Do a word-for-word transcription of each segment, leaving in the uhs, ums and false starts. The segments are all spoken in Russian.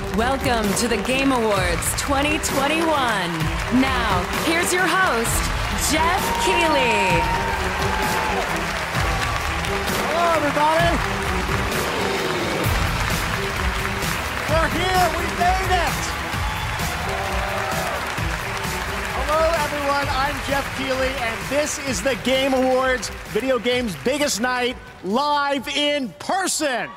Welcome to the Game Awards twenty twenty-one. Now, here's your host, Jeff Keighley. Hello, everybody. We're here. We made it. Hello, everyone. I'm Jeff Keighley, and this is the Game Awards, video games' biggest night, live in person.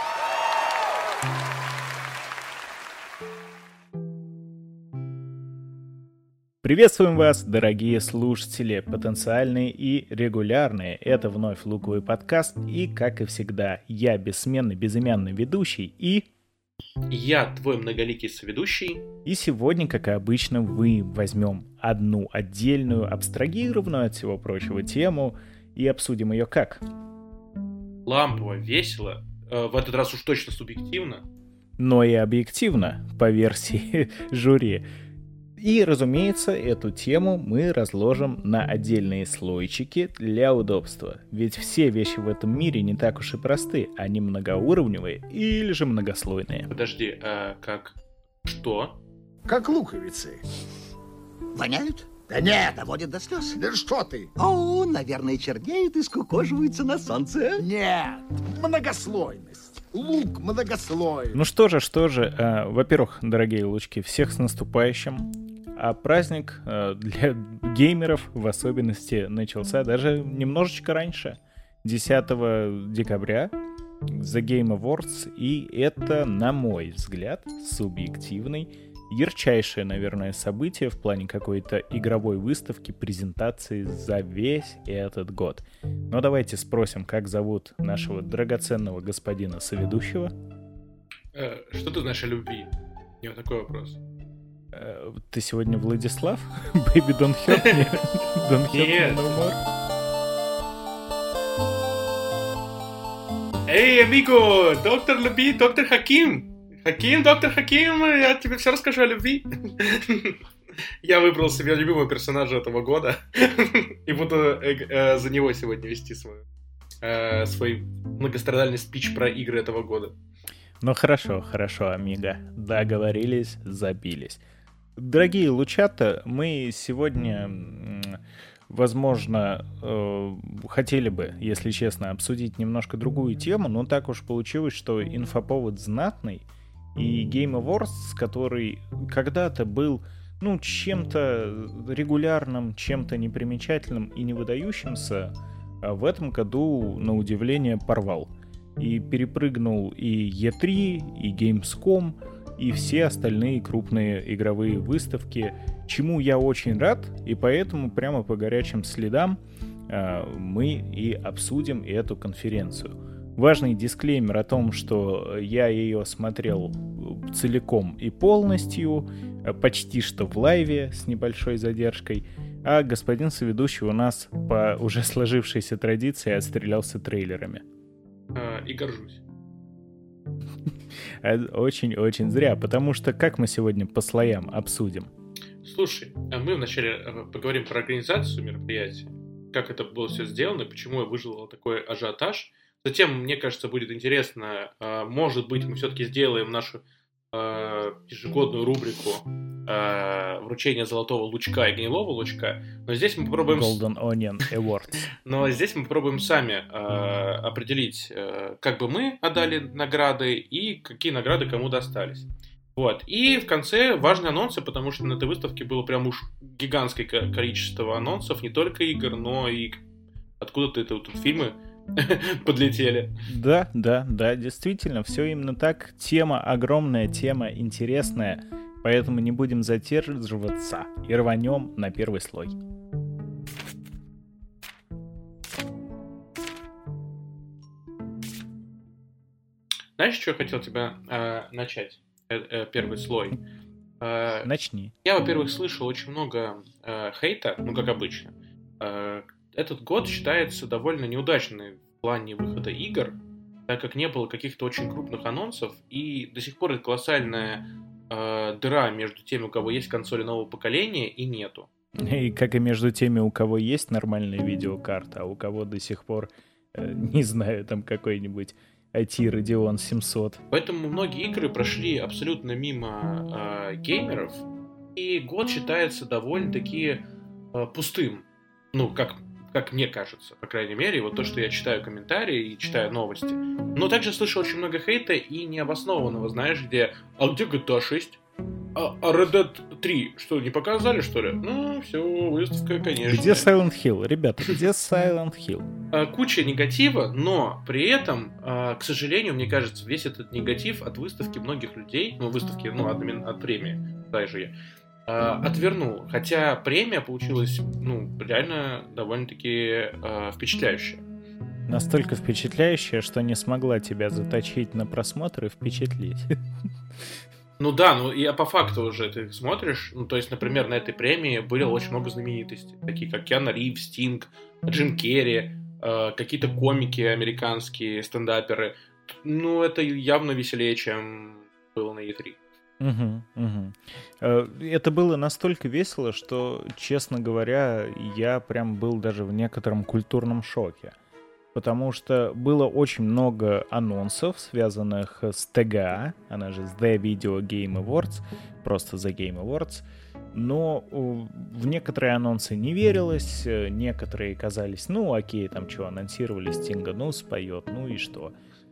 Приветствуем вас, дорогие слушатели, потенциальные и регулярные. Это вновь Луковый подкаст, и, как и всегда, я бессменный безымянный ведущий и... Я твой многоликий соведущий. И сегодня, как и обычно, мы возьмем одну отдельную, абстрагированную от всего прочего тему и обсудим ее как? Лампово, весело, в этот раз уж точно субъективно. Но и объективно, по версии жюри. И, разумеется, эту тему мы разложим на отдельные слойчики для удобства. Ведь все вещи в этом мире не так уж и просты. Они многоуровневые или же многослойные. Подожди, а как? Что? Как луковицы. Воняют? Да нет, доводит до слез. Да что ты? О, наверное, чернеют и скукоживаются на солнце. Нет, многослойность. Лук многослойный. Ну что же, что же. Э, во-первых, дорогие лучки, всех с наступающим. А праздник э, для геймеров в особенности начался даже немножечко раньше. десятого декабря. The Game Awards. И это, на мой взгляд, субъективный, ярчайшее, наверное, событие в плане какой-то игровой выставки, презентации за весь этот год. Но давайте спросим, как зовут нашего драгоценного господина соведущего. Э, что ты знаешь о любви? У него такой вопрос. Э, ты сегодня Владислав? Baby, don't hurt me. Don't hurt me no more. Эй, амиго! Доктор любви, доктор Хаким! Хаким, доктор Хаким, я тебе все расскажу о любви. Я выбрал себе любимого персонажа этого года и буду э, э, за него сегодня вести свой, э, свой многострадальный спич про игры этого года. Ну хорошо, хорошо, амиго. Договорились, забились. Дорогие лучата, мы сегодня, возможно, э, хотели бы, если честно, обсудить немножко другую тему, но так уж получилось, что инфоповод знатный. И Game Awards, который когда-то был, ну, чем-то регулярным, чем-то непримечательным и не выдающимся, а в этом году, на удивление, порвал. И перепрыгнул и и три, и Gamescom, и все остальные крупные игровые выставки, чему я очень рад, и поэтому прямо по горячим следам э, мы и обсудим эту конференцию. Важный дисклеймер о том, что я ее смотрел целиком и полностью, почти что в лайве с небольшой задержкой, а господин соведущий у нас по уже сложившейся традиции отстрелялся трейлерами. А, и горжусь. Очень-очень зря, потому что как мы сегодня по слоям обсудим? Слушай, мы вначале поговорим про организацию мероприятия, как это было все сделано, почему выжил такой ажиотаж. Затем, мне кажется, будет интересно, может быть, мы все-таки сделаем нашу ежегодную рубрику вручения золотого лучка и гнилого лучка, но здесь мы попробуем... Golden Onion Awards. Но здесь мы попробуем сами определить, как бы мы отдали награды и какие награды кому достались. Вот. И в конце важные анонсы, потому что на этой выставке было прям уж гигантское количество анонсов, не только игр, но и откуда-то это тут фильмы подлетели. Да, да, да, действительно, все именно так. Тема огромная, тема интересная, поэтому не будем задерживаться и рванем на первый слой. Знаешь, что я хотел тебя э, начать? Э, э, первый слой. Э, Начни. Я, во-первых, слышал очень много э, хейта, ну, как обычно. Э, Этот год считается довольно неудачным в плане выхода игр, так как не было каких-то очень крупных анонсов, и до сих пор это колоссальная э, дыра между теми, у кого есть консоли нового поколения, и нету. И как и между теми, у кого есть нормальная видеокарта, а у кого до сих пор, э, не знаю, там какой-нибудь ай ти Radeon семьсот. Поэтому многие игры прошли абсолютно мимо э, геймеров, и год считается довольно-таки э, пустым. Ну, как, как мне кажется, по крайней мере, вот то, что я читаю комментарии и читаю новости. Но также слышу очень много хейта и необоснованного, знаешь, где «А где джи ти эй шесть? А, а Red Dead три что, не показали, что ли?» Ну, все, выставка, конечно. Где Silent Hill? Ребята, где Silent Hill? А, куча негатива, но при этом, а, к сожалению, мне кажется, весь этот негатив от выставки многих людей, ну, выставки, ну, от, от премии, даже я, а, отвернул. Хотя премия получилась, ну, реально довольно-таки а, впечатляющая. Настолько впечатляющая, что не смогла тебя заточить на просмотр и впечатлить. Ну да, ну и по факту уже ты смотришь, ну то есть, например, на этой премии было очень много знаменитостей, такие как Киану Ривз, Стинг, Джим Керри, э, какие-то комики американские, стендаперы. Ну это явно веселее, чем было на и три. Угу, угу. Это было настолько весело, что, честно говоря, я прям был даже в некотором культурном шоке. Потому что было очень много анонсов, связанных с ти джи эй, она же The Video Game Awards, просто The Game Awards. Но в некоторые анонсы не верилось, некоторые казались, ну окей, там что, анонсировали Стинга, ну споет, ну и что.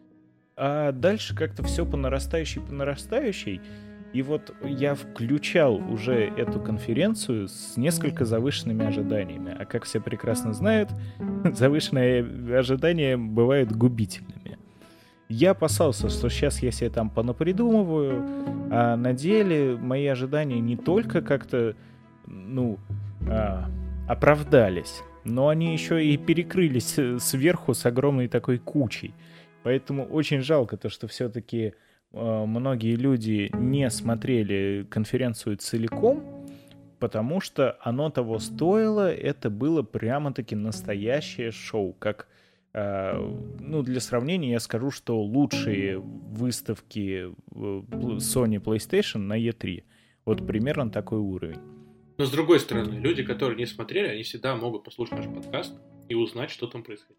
А дальше как-то все по нарастающей, по нарастающей. И вот я включал уже эту конференцию с несколько завышенными ожиданиями. А как все прекрасно знают, завышенные ожидания бывают губительными. Я опасался, что сейчас я себе там понапридумываю, а на деле мои ожидания не только как-то, ну, а, оправдались, но они еще и перекрылись сверху с огромной такой кучей. Поэтому очень жалко то, что все-таки многие люди не смотрели конференцию целиком, потому что оно того стоило, это было прямо-таки настоящее шоу. Как, э, ну, для сравнения я скажу, что лучшие выставки Sony PlayStation на и три. Вот примерно такой уровень. Но с другой стороны, люди, которые не смотрели, они всегда могут послушать наш подкаст и узнать, что там происходит.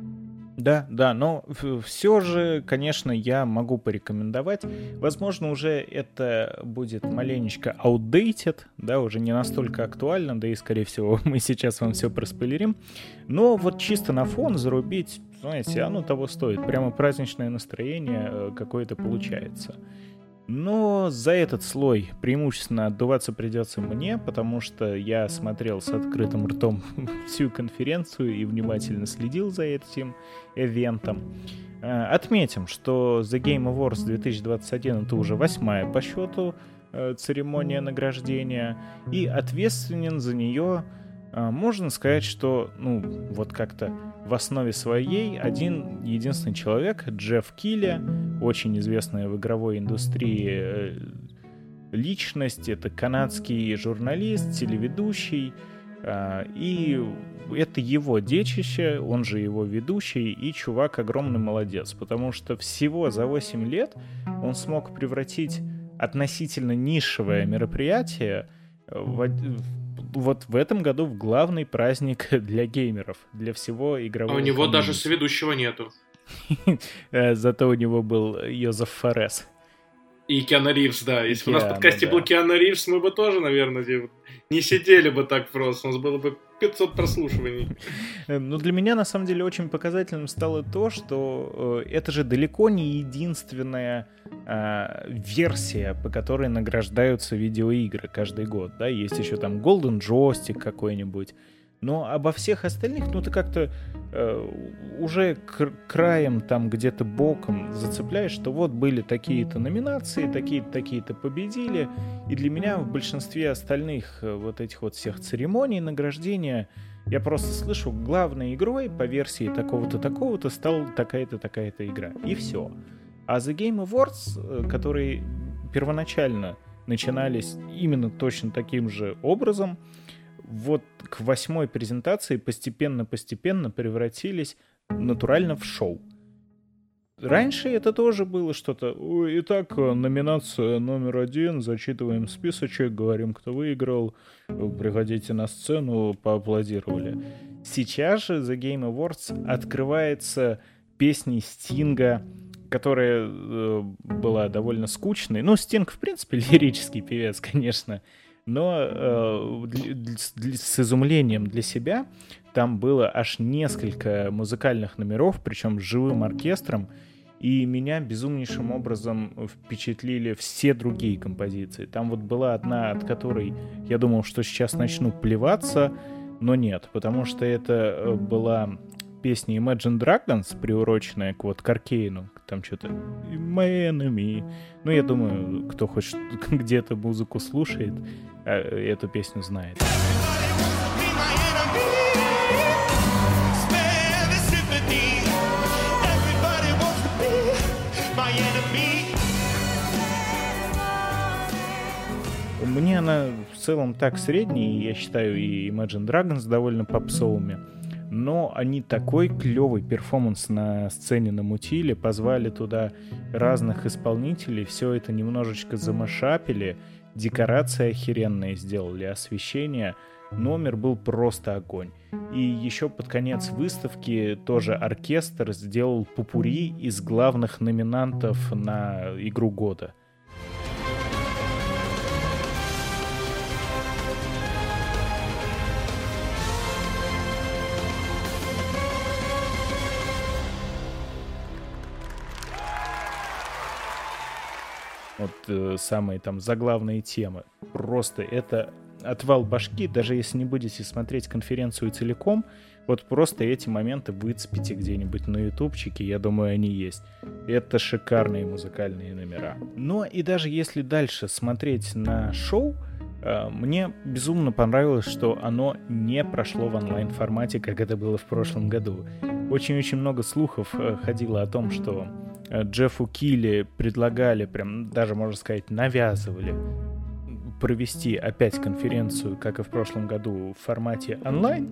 Да, да, но все же, конечно, я могу порекомендовать. Возможно, уже это будет маленечко outdated, да, уже не настолько актуально, да и, скорее всего, мы сейчас вам все проспойлерим. Но вот чисто на фон зарубить, знаете, оно того стоит. Прямо праздничное настроение какое-то получается. Но за этот слой преимущественно отдуваться придется мне, потому что я смотрел с открытым ртом всю конференцию и внимательно следил за этим ивентом. Отметим, что The Game Awards две тысячи двадцать один это уже восьмая по счету церемония награждения, и ответственен за нее, можно сказать, что, ну, вот как-то в основе своей один единственный человек, Джефф Килли, очень известная в игровой индустрии личность, это канадский журналист, телеведущий, и это его детище, он же его ведущий, и чувак огромный молодец, потому что всего за восемь лет он смог превратить относительно нишевое мероприятие в вот в этом году в главный праздник для геймеров, для всего игрового. А у него комьюнити. даже соведущего нету. Зато у него был Йозеф Форес. И Киану Ривз, да. Если бы у нас в Киану, подкасте да. был Киану Ривз, мы бы тоже, наверное, не сидели бы так просто. У нас было бы пятьсот прослушиваний. Ну, для меня, на самом деле, очень показательным стало то, что э, это же далеко не единственная э, версия, по которой награждаются видеоигры каждый год, да, есть еще там Golden Joystick какой-нибудь, но обо всех остальных, ну, ты как-то э, уже к- краем там где-то боком зацепляешь, что вот были такие-то номинации, такие-то, такие-то победили, и для меня в большинстве остальных э, вот этих вот всех церемоний награждения я просто слышу, главной игрой по версии такого-то, такого-то стала такая-то, такая-то игра, и все. А The Game Awards, э, которые первоначально начинались именно точно таким же образом, вот к восьмой презентации постепенно-постепенно превратились натурально в шоу. Раньше это тоже было что-то. Итак, номинация номер один, зачитываем списочек, говорим, кто выиграл, приходите на сцену, поаплодировали. Сейчас же The Game Awards открывается песней Стинга, которая э, была довольно скучной. Ну, Стинг, в принципе, лирический певец, конечно, но э, для, для, с изумлением для себя там было аж несколько музыкальных номеров, причем с живым оркестром, и меня безумнейшим образом впечатлили все другие композиции. Там вот была одна, от которой я думал, что сейчас начну плеваться, но нет, потому что это была песня Imagine Dragons, приуроченная к вот к Аркейну. Там что-то My Enemy. Ну, я думаю, кто хоть где-то музыку слушает, эту песню знает. Мне она в целом так средняя, я считаю и Imagine Dragons довольно попсовыми, но они такой клевый перформанс на сцене намутили, позвали туда разных исполнителей, все это немножечко замашапили, декорации охеренные сделали, освещение, номер был просто огонь. И еще под конец выставки тоже оркестр сделал попурри из главных номинантов на игру года. Вот э, самые там заглавные темы. Просто это отвал башки. Даже если не будете смотреть конференцию целиком, вот просто эти моменты выцепите где-нибудь на ютубчике. Я думаю, они есть. Это шикарные музыкальные номера. Но и даже если дальше смотреть на шоу, э, мне безумно понравилось, что оно не прошло в онлайн-формате, как это было в прошлом году. Очень-очень много слухов э, ходило о том, что Джеффу Килли предлагали, прям даже, можно сказать, навязывали провести опять конференцию, как и в прошлом году, в формате онлайн,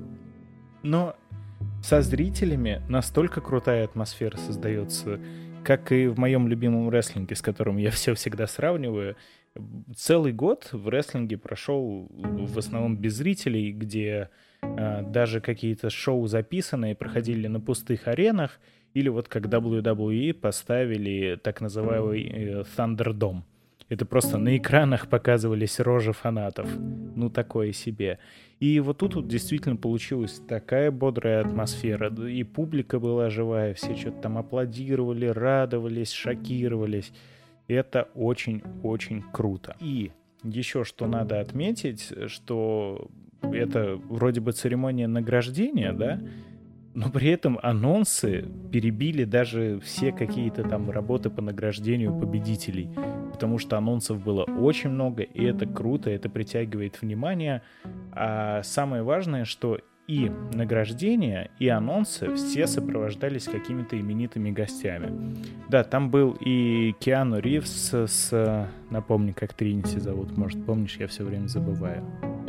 но со зрителями настолько крутая атмосфера создается, как и в моем любимом рестлинге, с которым я все всегда сравниваю. Целый год в рестлинге прошел в основном без зрителей, где э, даже какие-то шоу записанные проходили на пустых аренах, или вот как дабл ю дабл ю и поставили так называемый э, Thunderdome. Это просто на экранах показывались рожи фанатов. Ну, такое себе. И вот тут вот действительно получилась такая бодрая атмосфера. И публика была живая, все что-то там аплодировали, радовались, шокировались. Это очень-очень круто. И еще что надо отметить, что это вроде бы церемония награждения, да? Но при этом анонсы перебили даже все какие-то там работы по награждению победителей. Потому что анонсов было очень много, и это круто, это притягивает внимание. А самое важное, что и награждения, и анонсы все сопровождались какими-то именитыми гостями. Да, там был и Киану Ривз с... Напомни, как Тринити зовут, может, помнишь, я все время забываю.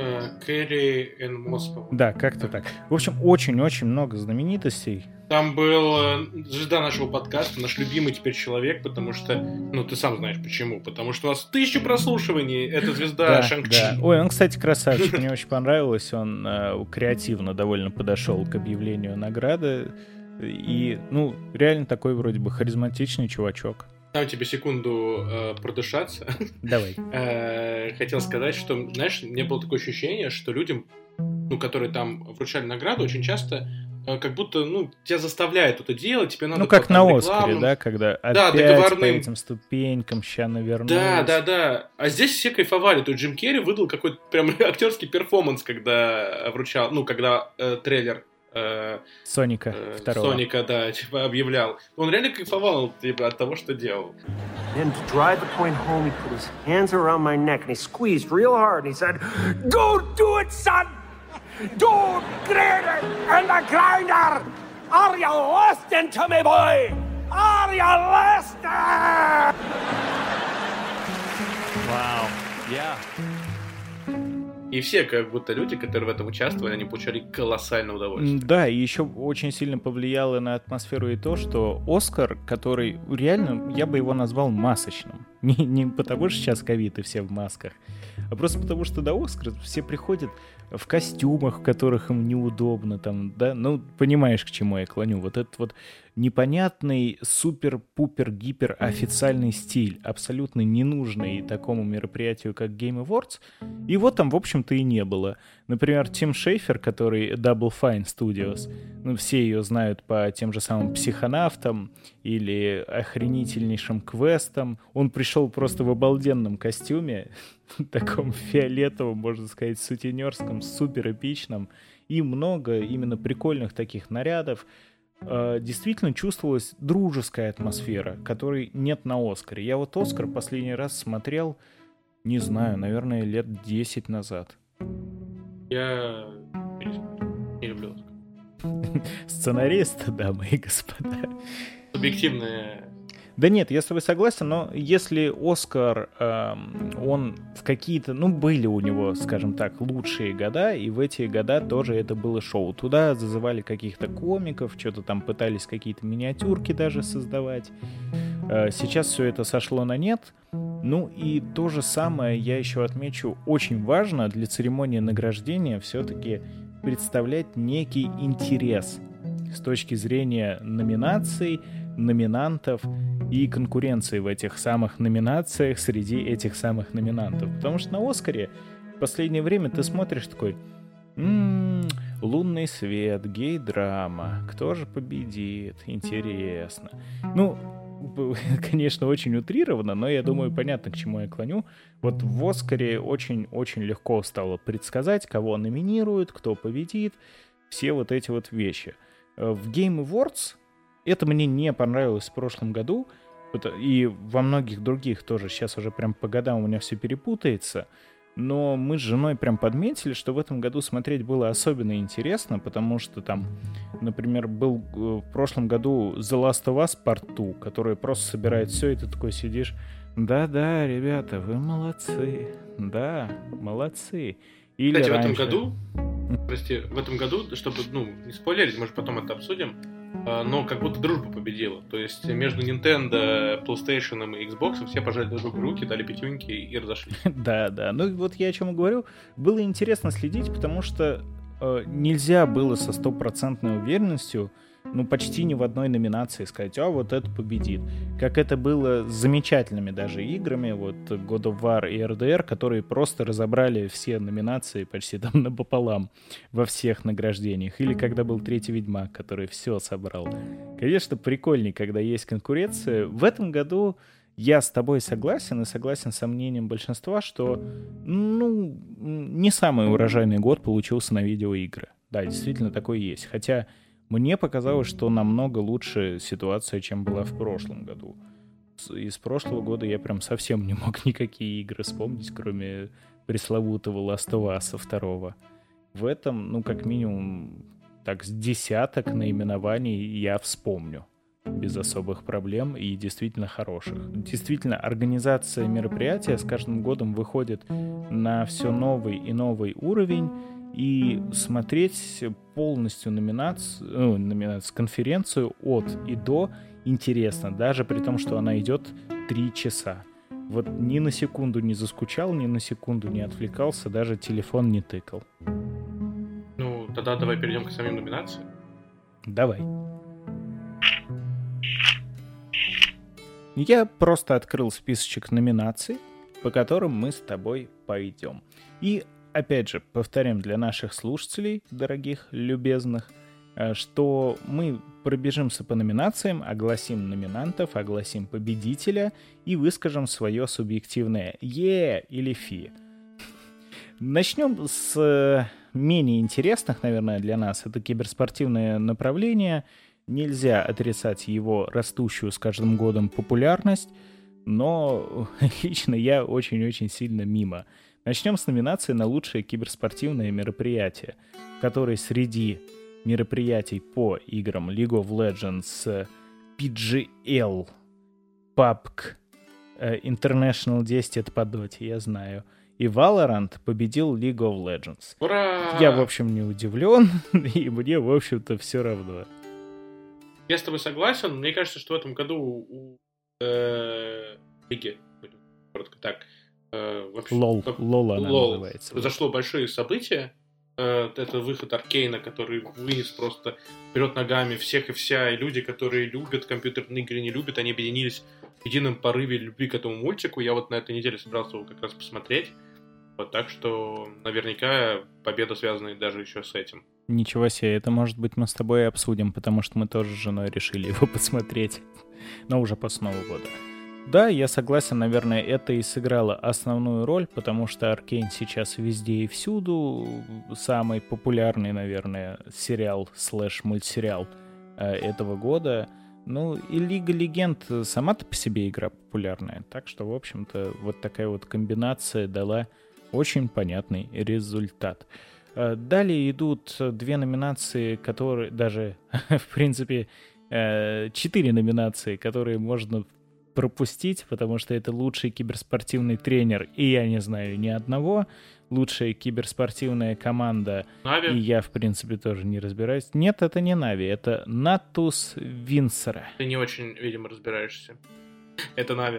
Кэрри Энн Мосс. Да, как-то так. В общем, очень-очень много знаменитостей. Там был звезда нашего подкаста, наш любимый теперь человек, потому что, ну, ты сам знаешь почему. Потому что у нас тысячу прослушиваний, это звезда Шанг-Чи. Да. Ой, он, кстати, красавчик, мне очень понравилось. Он э, креативно довольно подошел к объявлению награды. И, ну, реально такой вроде бы харизматичный чувачок. Дам тебе секунду э, продышаться. Давай. э, хотел сказать, что, знаешь, мне было такое ощущение, что людям, ну, которые там вручали награду, очень часто э, как будто, ну, тебя заставляют это делать, тебе надо... Ну, как на Оскаре, рекламным... да, когда да, опять договорным... по этим ступенькам ща навернулись. Да, да, да. А здесь все кайфовали. То есть Джим Керри выдал какой-то прям актерский перформанс, когда вручал, ну, когда э, трейлер Соника э, второго. Соника, да, типа объявлял. Он реально кайфовал типа, от того, что делал. Then to drive the point home, he put his hands around my neck and he squeezed real hard and he said, "Don't do it, son! Don't grinder and the grinder! Are you listening to me, boy? Are you listening?" Wow. Yeah. И все, как будто люди, которые в этом участвовали, они получали колоссальное удовольствие. Да, и еще очень сильно повлияло на атмосферу и то, что Оскар, который реально, я бы его назвал масочным. Не, не потому, что сейчас ковид и все в масках, а просто потому, что до Оскара все приходят в костюмах, в которых им неудобно, там, да, ну, понимаешь, к чему я клоню. Вот этот вот непонятный супер-пупер-гипер официальный стиль, абсолютно ненужный такому мероприятию, как Game Awards, его там, в общем-то, и не было. Например, Тим Шейфер, который Double Fine Studios, ну, все ее знают по тем же самым психонавтам или охренительнейшим квестам. Он пришел просто в обалденном костюме, таком фиолетовом, можно сказать, сутенерском, супер эпичном, и много именно прикольных таких нарядов. Э, действительно чувствовалась дружеская атмосфера, которой нет на Оскаре. Я вот Оскар последний раз смотрел, не знаю, наверное, лет десять назад. Я не люблю Оскар. Сценарист, дамы и господа. Субъективная. Да нет, я с тобой согласен, но если Оскар, эм, он в какие-то, ну, были у него, скажем так, лучшие года, и в эти года тоже это было шоу. Туда зазывали каких-то комиков, что-то там пытались какие-то миниатюрки даже создавать. Э, сейчас все это сошло на нет. Ну и то же самое я еще отмечу, очень важно для церемонии награждения все-таки представлять некий интерес с точки зрения номинаций, номинантов и конкуренции в этих самых номинациях среди этих самых номинантов. Потому что на Оскаре в последнее время ты смотришь такой: м-м, лунный свет, гей-драма, кто же победит? Интересно. Ну, конечно, очень утрированно, но я думаю, понятно, к чему я клоню. Вот в Оскаре очень-очень легко стало предсказать, кого номинируют, кто победит, все вот эти вот вещи. В Game Awards это мне не понравилось в прошлом году, и во многих других тоже. Сейчас уже прям по годам у меня все перепутается. Но мы с женой прям подметили, что в этом году смотреть было особенно интересно, потому что там, например, был в прошлом году The Last of Us Part два, который просто собирает все, и ты такой сидишь: да-да, ребята, вы молодцы, да, молодцы. Или Кстати, раньше... в этом году, прости, в этом году, чтобы, ну, не спойлерить, может, потом это обсудим, но как будто дружба победила. То есть между Nintendo, PlayStation и Xbox все пожали друг другу руки, дали пятюньки и разошлись. Да, да. Ну вот я о чем и говорю. Было интересно следить, потому что э, нельзя было со стопроцентной уверенностью, ну, почти ни в одной номинации сказать: а вот это победит. Как это было с замечательными даже играми, вот God of War и эр ди ар, которые просто разобрали все номинации почти там напополам во всех награждениях. Или когда был третий Ведьмак, который все собрал. Конечно, прикольней, когда есть конкуренция. В этом году я с тобой согласен, и согласен с мнением большинства, что, ну, не самый урожайный год получился на видеоигры. Да, действительно, такое есть. Хотя мне показалось, что намного лучше ситуация, чем была в прошлом году. Из прошлого года я прям совсем не мог никакие игры вспомнить, кроме пресловутого Last of Us второго. В этом, ну, как минимум, так, с десяток наименований я вспомню. Без особых проблем и действительно хороших. Действительно, организация мероприятия с каждым годом выходит на все новый и новый уровень, и смотреть полностью номинацию, ну, номинацию, конференцию от и до интересно, даже при том, что она идет три часа. Вот ни на секунду не заскучал, ни на секунду не отвлекался, даже телефон не тыкал. Ну, тогда давай перейдем к самим номинациям. Давай. Я просто открыл списочек номинаций, по которым мы с тобой пойдем. И опять же, повторим для наших слушателей, дорогих, любезных, что мы пробежимся по номинациям, огласим номинантов, огласим победителя и выскажем свое субъективное «е» или «фи». Начнем с менее интересных, наверное, для нас. Это киберспортивное направление. Нельзя отрицать его растущую с каждым годом популярность, но лично я очень-очень сильно мимо. Начнем с номинации на лучшее киберспортивное мероприятие, в которой среди мероприятий по играм League of Legends, пи джи эл, пабг, International десять, это по доте, я знаю, и Valorant победил League of Legends. Ура! Я, в общем, не удивлен, и мне, в общем-то, все равно. Я с тобой согласен. Мне кажется, что в этом году у э, Лиги, будем коротко так. Э, вообще, Лол, как... Лол она Лол. называется. Произошло большое событие. Э, это выход Аркейна, который вынес просто вперед ногами всех и вся. И люди, которые любят компьютерные игры, не любят, они объединились в едином порыве любви к этому мультику. Я вот на этой неделе собрался его как раз посмотреть. Вот так что наверняка победа связана даже еще с этим. Ничего себе, это, может быть, мы с тобой и обсудим, потому что мы тоже с женой решили его посмотреть, но уже после Нового года. Да, я согласен, наверное, это и сыграло основную роль, потому что Аркейн сейчас везде и всюду, самый популярный, наверное, сериал слэш-мультсериал э, этого года. Ну, и Лига Легенд сама-то по себе игра популярная, так что, в общем-то, вот такая вот комбинация дала очень понятный результат. Далее идут две номинации, которые даже, в принципе, четыре номинации, которые можно пропустить, потому что это лучший киберспортивный тренер, и я не знаю ни одного, лучшая киберспортивная команда, Нави? И я, в принципе, тоже не разбираюсь. Нет, это не Нави, это Натус Винсера. Ты не очень, видимо, разбираешься. Это Нави.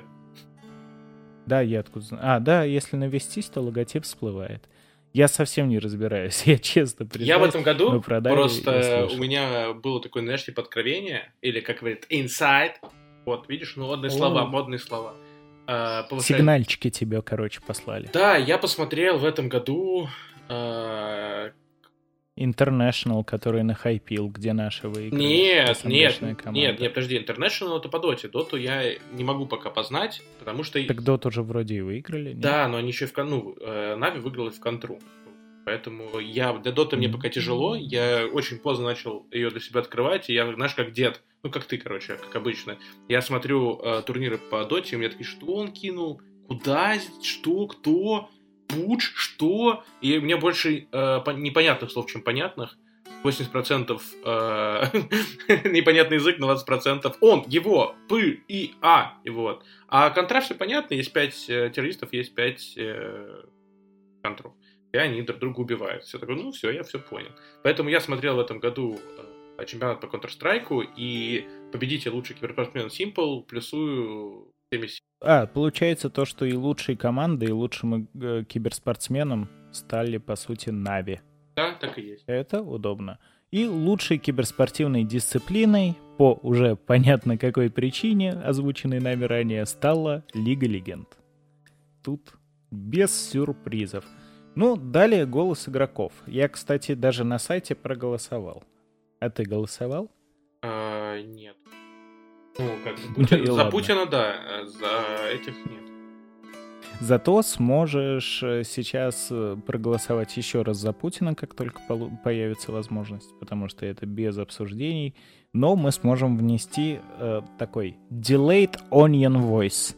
Да, я откуда знаю. А, да, если навестись, то логотип всплывает. Я совсем не разбираюсь, я честно признаюсь. Я в этом году просто я у меня было такое, знаешь, типа откровение, или, как говорят, инсайт. Вот, видишь, ну, модные слова, модные слова. А, повышает... Сигнальчики тебе, короче, послали. Да, я посмотрел в этом году... А... International, который нахайпил, где наши выиграли. Нет, нет, нет, нет, подожди, International это по доте. Доту я не могу пока познать, потому что... Так доту уже вроде и выиграли, нет? Да, но они еще и в... Ну, Нави выиграла в контру. Поэтому я... Для доты мне пока тяжело, я очень поздно начал ее для себя открывать, и я, знаешь, как дед, ну, как ты, короче, как обычно. Я смотрю э, турниры по доте, и у меня такие, что он кинул? Куда? Что? Кто? Пуч? Что? И мне больше э, непонятных слов, чем понятных. восемьдесят процентов э, непонятный язык, на двадцать процентов он, его, п, и, а, и вот. А контра все понятно, есть пять э, террористов, есть пять э, контров. И они друг друга убивают. Все такое, ну все, я все понял. Поэтому я смотрел в этом году э, чемпионат по Counter-Strike, и победитель лучший киберспортсмен Simple плюсую семьдесят. А, получается то, что и лучшей командой, и лучшим э, киберспортсменом стали, по сути, Нави. Да, так и есть. Это удобно. И лучшей киберспортивной дисциплиной, по уже понятно какой причине, озвученной нами ранее, стала Лига Легенд. Тут без сюрпризов. Ну, далее голос игроков. Я, кстати, даже на сайте проголосовал. А ты голосовал? А, нет. Ну, как за Путина, ну, за Путина, да, за этих нет. Зато сможешь сейчас проголосовать еще раз за Путина, как только появится возможность, потому что это без обсуждений. Но мы сможем внести э, такой delayed onion voice.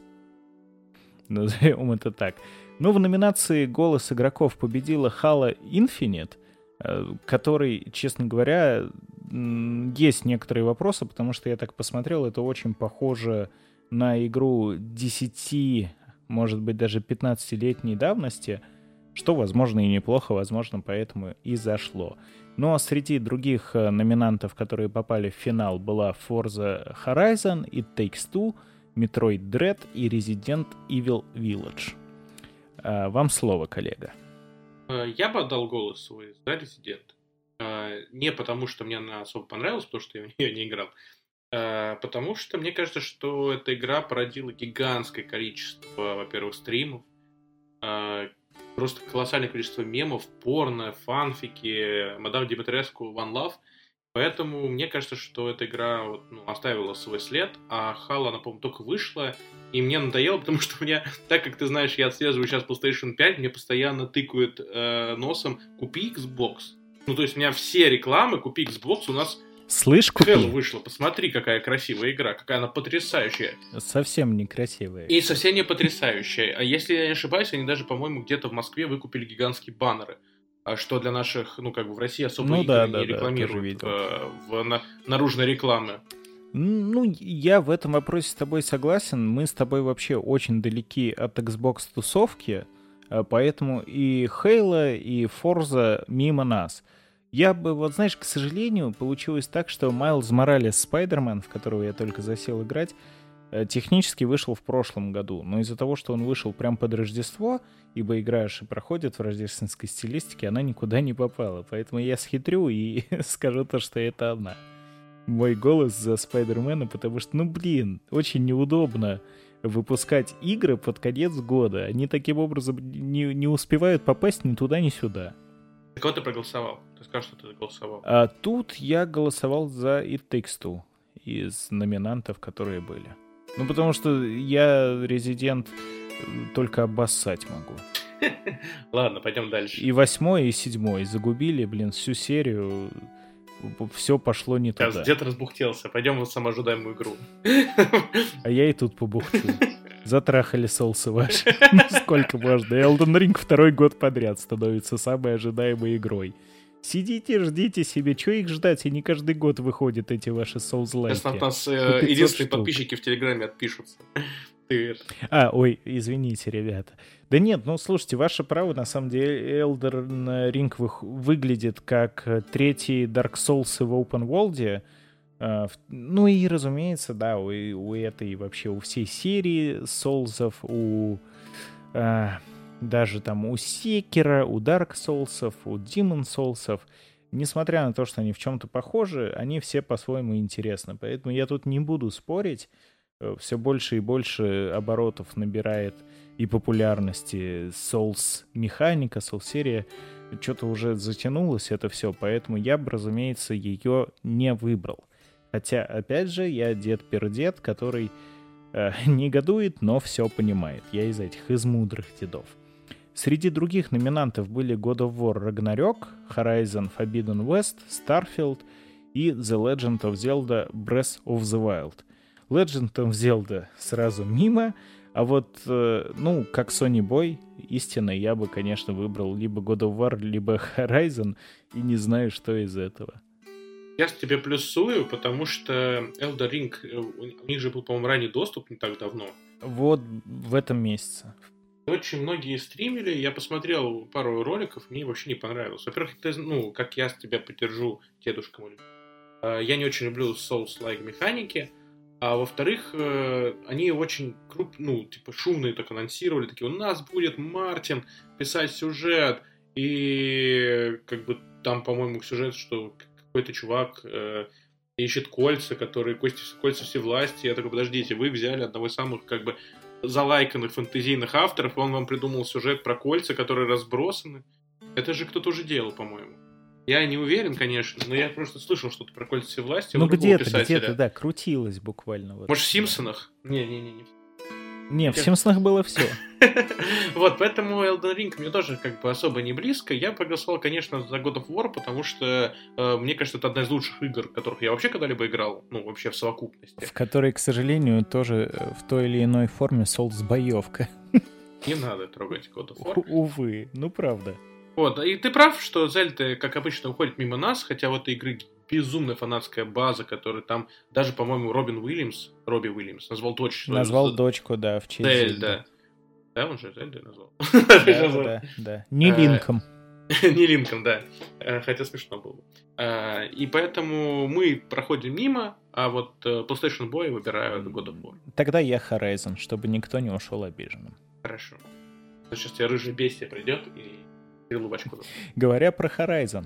Назовем это так. Ну, в номинации «Голос игроков» победила Halo Infinite, э, который, честно говоря, есть некоторые вопросы, потому что я так посмотрел, это очень похоже на игру десяти, может быть, даже пятнадцатилетней давности, что, возможно, и неплохо, возможно, поэтому и зашло. Ну, а среди других номинантов, которые попали в финал, была Forza Horizon, It Takes Two, Metroid Dread и Resident Evil Village. А, вам слово, коллега. Я бы отдал голос свой за Resident. Не потому, что мне она особо понравилась, потому что я в нее не играл, а потому что мне кажется, что эта игра породила гигантское количество, во-первых, стримов, просто колоссальное количество мемов, порно, фанфики, Мадам Димитреску, One Love. Поэтому мне кажется, что эта игра вот, ну, оставила свой след, а Halo, она, по-моему, только вышла, и мне надоело, потому что у меня, так как ты знаешь, я отслеживаю сейчас PlayStation пять, мне постоянно тыкают э, носом «Купи Xbox». Ну, то есть у меня все рекламы «Купи Xbox» у нас... Слышь, купи. Halo вышла, посмотри, какая красивая игра, какая она потрясающая. Совсем некрасивая. И совсем не потрясающая. А если я не ошибаюсь, они даже, по-моему, где-то в Москве выкупили гигантские баннеры. Что для наших, ну, как бы в России особо ну, да, да, не рекламируют да, в, в, на, наружной рекламы. Ну, я в этом вопросе с тобой согласен. Мы с тобой вообще очень далеки от Xbox-тусовки, поэтому и Halo, и Forza мимо нас. Я бы, вот знаешь, к сожалению, получилось так, что Майлз Моралес Спайдермен, в которого я только засел играть, технически вышел в прошлом году, но из-за того, что он вышел прям под Рождество, ибо игра аж и проходит в рождественской стилистике, она никуда не попала. Поэтому я схитрю и скажу то, что это она. Мой голос за Спайдермена, потому что, ну блин, очень неудобно выпускать игры под конец года. Они таким образом не, не успевают попасть ни туда, ни сюда. За кого ты проголосовал? Ты скажешь, что ты голосовал. А тут я голосовал за It Takes Two из номинантов, которые были. Ну, потому что я Резидент только обоссать могу. Ладно, пойдем дальше. И восьмой, и седьмой загубили, блин, всю серию. Все пошло не туда. Сейчас дед разбухтелся. Пойдем в самоожидаемую игру. А я и тут побухчу. Затрахали соусы ваши. Сколько можно? Elden Ring второй год подряд становится самой ожидаемой игрой. Сидите, ждите себе. Чего их ждать? Они каждый год выходят, эти ваши соус-лайки. Сейчас от нас э, единственные штук. Подписчики в Телеграме отпишутся. Ты это... А, ой, извините, ребята. Да нет, ну слушайте, ваше право, на самом деле Elden Ring вы... выглядит как третий Dark Souls в Open World. Uh, ну и, разумеется, да, у, у этой вообще, у всей серии Souls'ов, у uh, даже там у Sekiro, у Dark Souls'ов, у Demon Souls'ов, несмотря на то, что они в чем-то похожи, они все по-своему интересны. Поэтому я тут не буду спорить. Все больше и больше оборотов набирает и популярности Souls-механика, Souls-серия. Что-то уже затянулось это все, поэтому я бы, разумеется, ее не выбрал. Хотя, опять же, я дед-пердед, который э, негодует, но все понимает. Я из этих, из мудрых дедов. Среди других номинантов были God of War Ragnarok, Horizon Forbidden West, Starfield и The Legend of Zelda Breath of the Wild. Legend of Zelda сразу мимо, а вот, э, ну, как Sony Boy, истинно я бы, конечно, выбрал либо God of War, либо Horizon, и не знаю, что из этого. Я тебе плюсую, потому что Elden Ring, у них же был, по-моему, ранний доступ не так давно. Вот в этом месяце. Очень многие стримили, я посмотрел пару роликов, мне вообще не понравилось. Во-первых, ты, ну, как я тебя поддержу, дедушка мой, я не очень люблю Souls-like механики, а во-вторых, они очень круп, ну, типа шумные так анонсировали, такие, у нас будет Мартин писать сюжет, и как бы там, по-моему, сюжет, что какой-то чувак э, ищет кольца, которые кости, кольца всевластия. Я такой, подождите, вы взяли одного из самых как бы залайканных фэнтезийных авторов, он вам придумал сюжет про кольца, которые разбросаны. Это же кто-то уже делал, по-моему. Я не уверен, конечно, но я просто слышал что-то про кольца всевластия. Ну где-то, где-то, да, крутилось буквально. Вот. Может, в Симпсонах? Не-не-не. не. Не, в Симпсонах было все. Вот, поэтому Elden Ring мне тоже как бы особо не близко. Я проголосовал, конечно, за God of War, потому что э, мне кажется, это одна из лучших игр, в которых я вообще когда-либо играл, ну, вообще в совокупности. В которой, к сожалению, тоже в той или иной форме Souls-боевка. Не надо трогать God of War. Увы, ну правда. Вот, и ты прав, что Зельда, как обычно, уходит мимо нас, хотя в этой игры безумная фанатская база, которая там, даже, по-моему, Робин Уильямс, Робби Уильямс, назвал дочь. Назвал дочку, да, в честь Зельда. Да, он же Зельдой назвал. Да, да, да. Не Линком. Не Линком, да. Хотя смешно было. И поэтому мы проходим мимо, а вот PlayStation Boy выбирают God of War. Тогда я Horizon, чтобы никто не ушел обиженным. Хорошо. Сейчас тебе рыжий бестия придет и стрелу в очко. Говоря про Horizon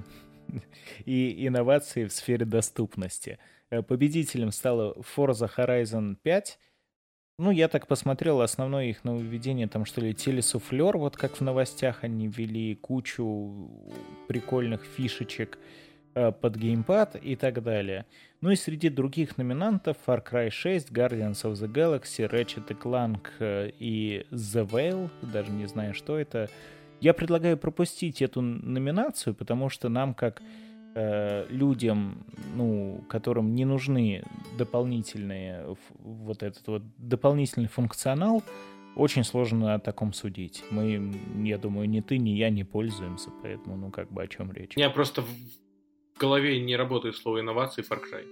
и инновации в сфере доступности. Победителем стала Forza Horizon пять. Ну, я так посмотрел, основное их нововведение, там, что ли, телесуфлер, вот как в новостях они ввели кучу прикольных фишечек под геймпад и так далее. Ну и среди других номинантов Far Cry шесть, Guardians of the Galaxy, Ratchet and Clank и The Veil, даже не знаю, что это. Я предлагаю пропустить эту номинацию, потому что нам, как э, людям, ну, которым не нужны дополнительные, вот этот вот дополнительный функционал, очень сложно о таком судить. Мы, я думаю, ни ты, ни я не пользуемся, поэтому, ну, как бы о чем речь. У меня просто в голове не работает слово инновации Far Cry.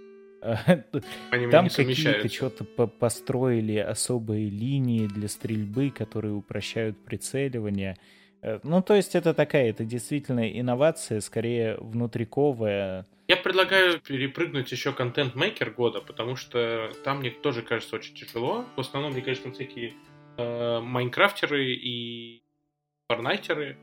Там какие-то что-то построили особые линии для стрельбы, которые упрощают прицеливание. Ну, то есть это такая, это действительно инновация, скорее внутриковая. Я предлагаю перепрыгнуть еще контент-мейкер года, потому что там мне тоже кажется очень тяжело. В основном, мне кажется, всякие э, майнкрафтеры и форнайтеры.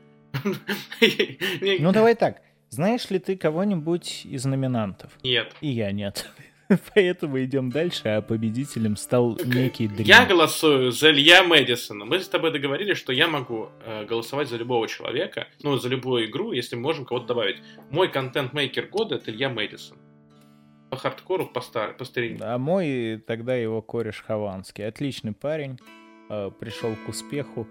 Ну, давай так. Знаешь ли ты кого-нибудь из номинантов? Нет. И я нет. Поэтому идем дальше, а победителем стал некий Дрим. Я голосую за Илья Мэдисона. Мы с тобой договорились, что я могу э, голосовать за любого человека, ну, за любую игру, если мы можем кого-то добавить. Мой контент-мейкер года — это Илья Мэдисон. По хардкору, по, стар, по старинке. А мой тогда его кореш Хованский. Отличный парень, э, пришел к успеху.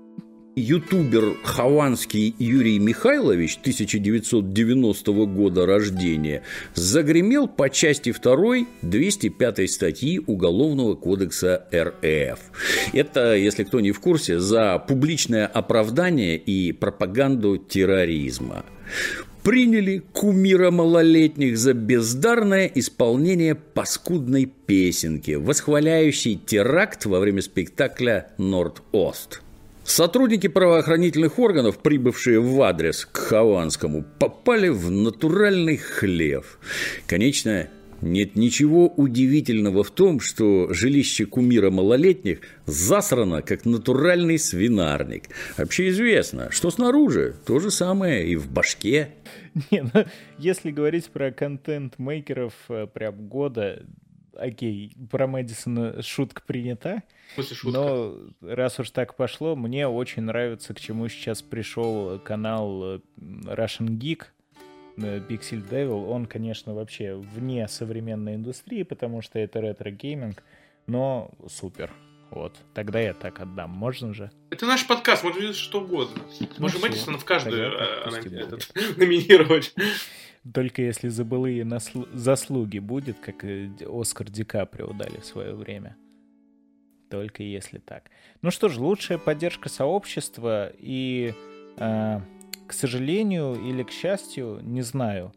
Ютубер Хованский Юрий Михайлович, тысяча девятьсот девяностого года рождения, загремел по части второй двести пятой статьи Уголовного кодекса эр эф. Это, если кто не в курсе, за публичное оправдание и пропаганду терроризма. Приняли кумира малолетних за бездарное исполнение паскудной песенки, восхваляющей теракт во время спектакля «Норд-Ост». Сотрудники правоохранительных органов, прибывшие в адрес к Хованскому, попали в натуральный хлев. Конечно, нет ничего удивительного в том, что жилище кумира малолетних засрано, как натуральный свинарник. Вообще известно, что снаружи то же самое и в башке. Не, ну, если говорить про контент-мейкеров прям года, окей, про Мэдисона шутка принята. Но раз уж так пошло, мне очень нравится, к чему сейчас пришел канал Russian Geek, Pixel Devil. Он, конечно, вообще вне современной индустрии, потому что это ретро-гейминг, но супер. Вот, тогда я так отдам. Можно же? Это наш подкаст, можно видеть что угодно. Можем ну, Мэдисона в каждую этот, номинировать. Только если за былые наслу- заслуги будет, как Оскар Ди Каприо дали в свое время. Только если так. Ну что ж, лучшая поддержка сообщества и, э, к сожалению или к счастью, не знаю,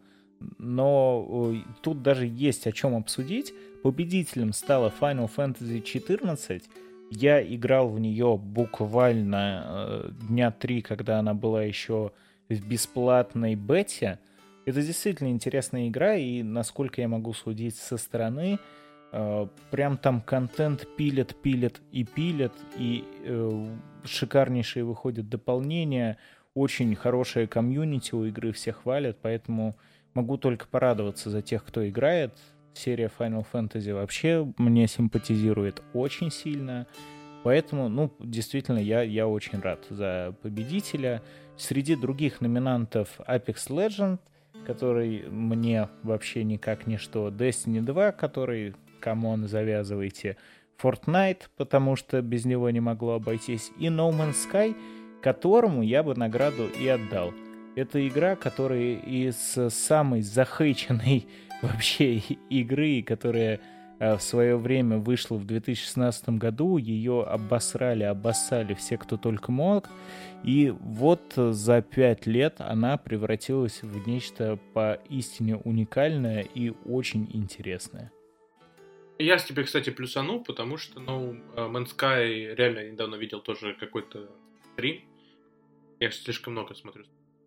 но э, тут даже есть о чем обсудить. Победителем стала Final Fantasy четырнадцать. Я играл в нее буквально э, дня три, когда она была еще в бесплатной бете. Это действительно интересная игра, и, насколько я могу судить со стороны, э, прям там контент пилят, пилят и пилят, и э, шикарнейшие выходят дополнения, очень хорошая комьюнити у игры, все хвалят, поэтому могу только порадоваться за тех, кто играет. Серия Final Fantasy вообще мне симпатизирует очень сильно, поэтому, ну, действительно, я, я очень рад за победителя. Среди других номинантов Apex Legends, который мне вообще никак ничто, Destiny два, который, камон, завязывайте, Fortnite, потому что без него не могло обойтись, и No Man's Sky, которому я бы награду и отдал. Это игра, которая из самой захейченной вообще игры, которая в свое время вышла в две тысячи шестнадцатом году, ее обосрали, обоссали все, кто только мог, и вот за пять лет она превратилась в нечто поистине уникальное и очень интересное. Я с тебе, кстати, плюсану, потому что No Man's Sky реально недавно видел тоже какой-то стрим. Я слишком много смотрю.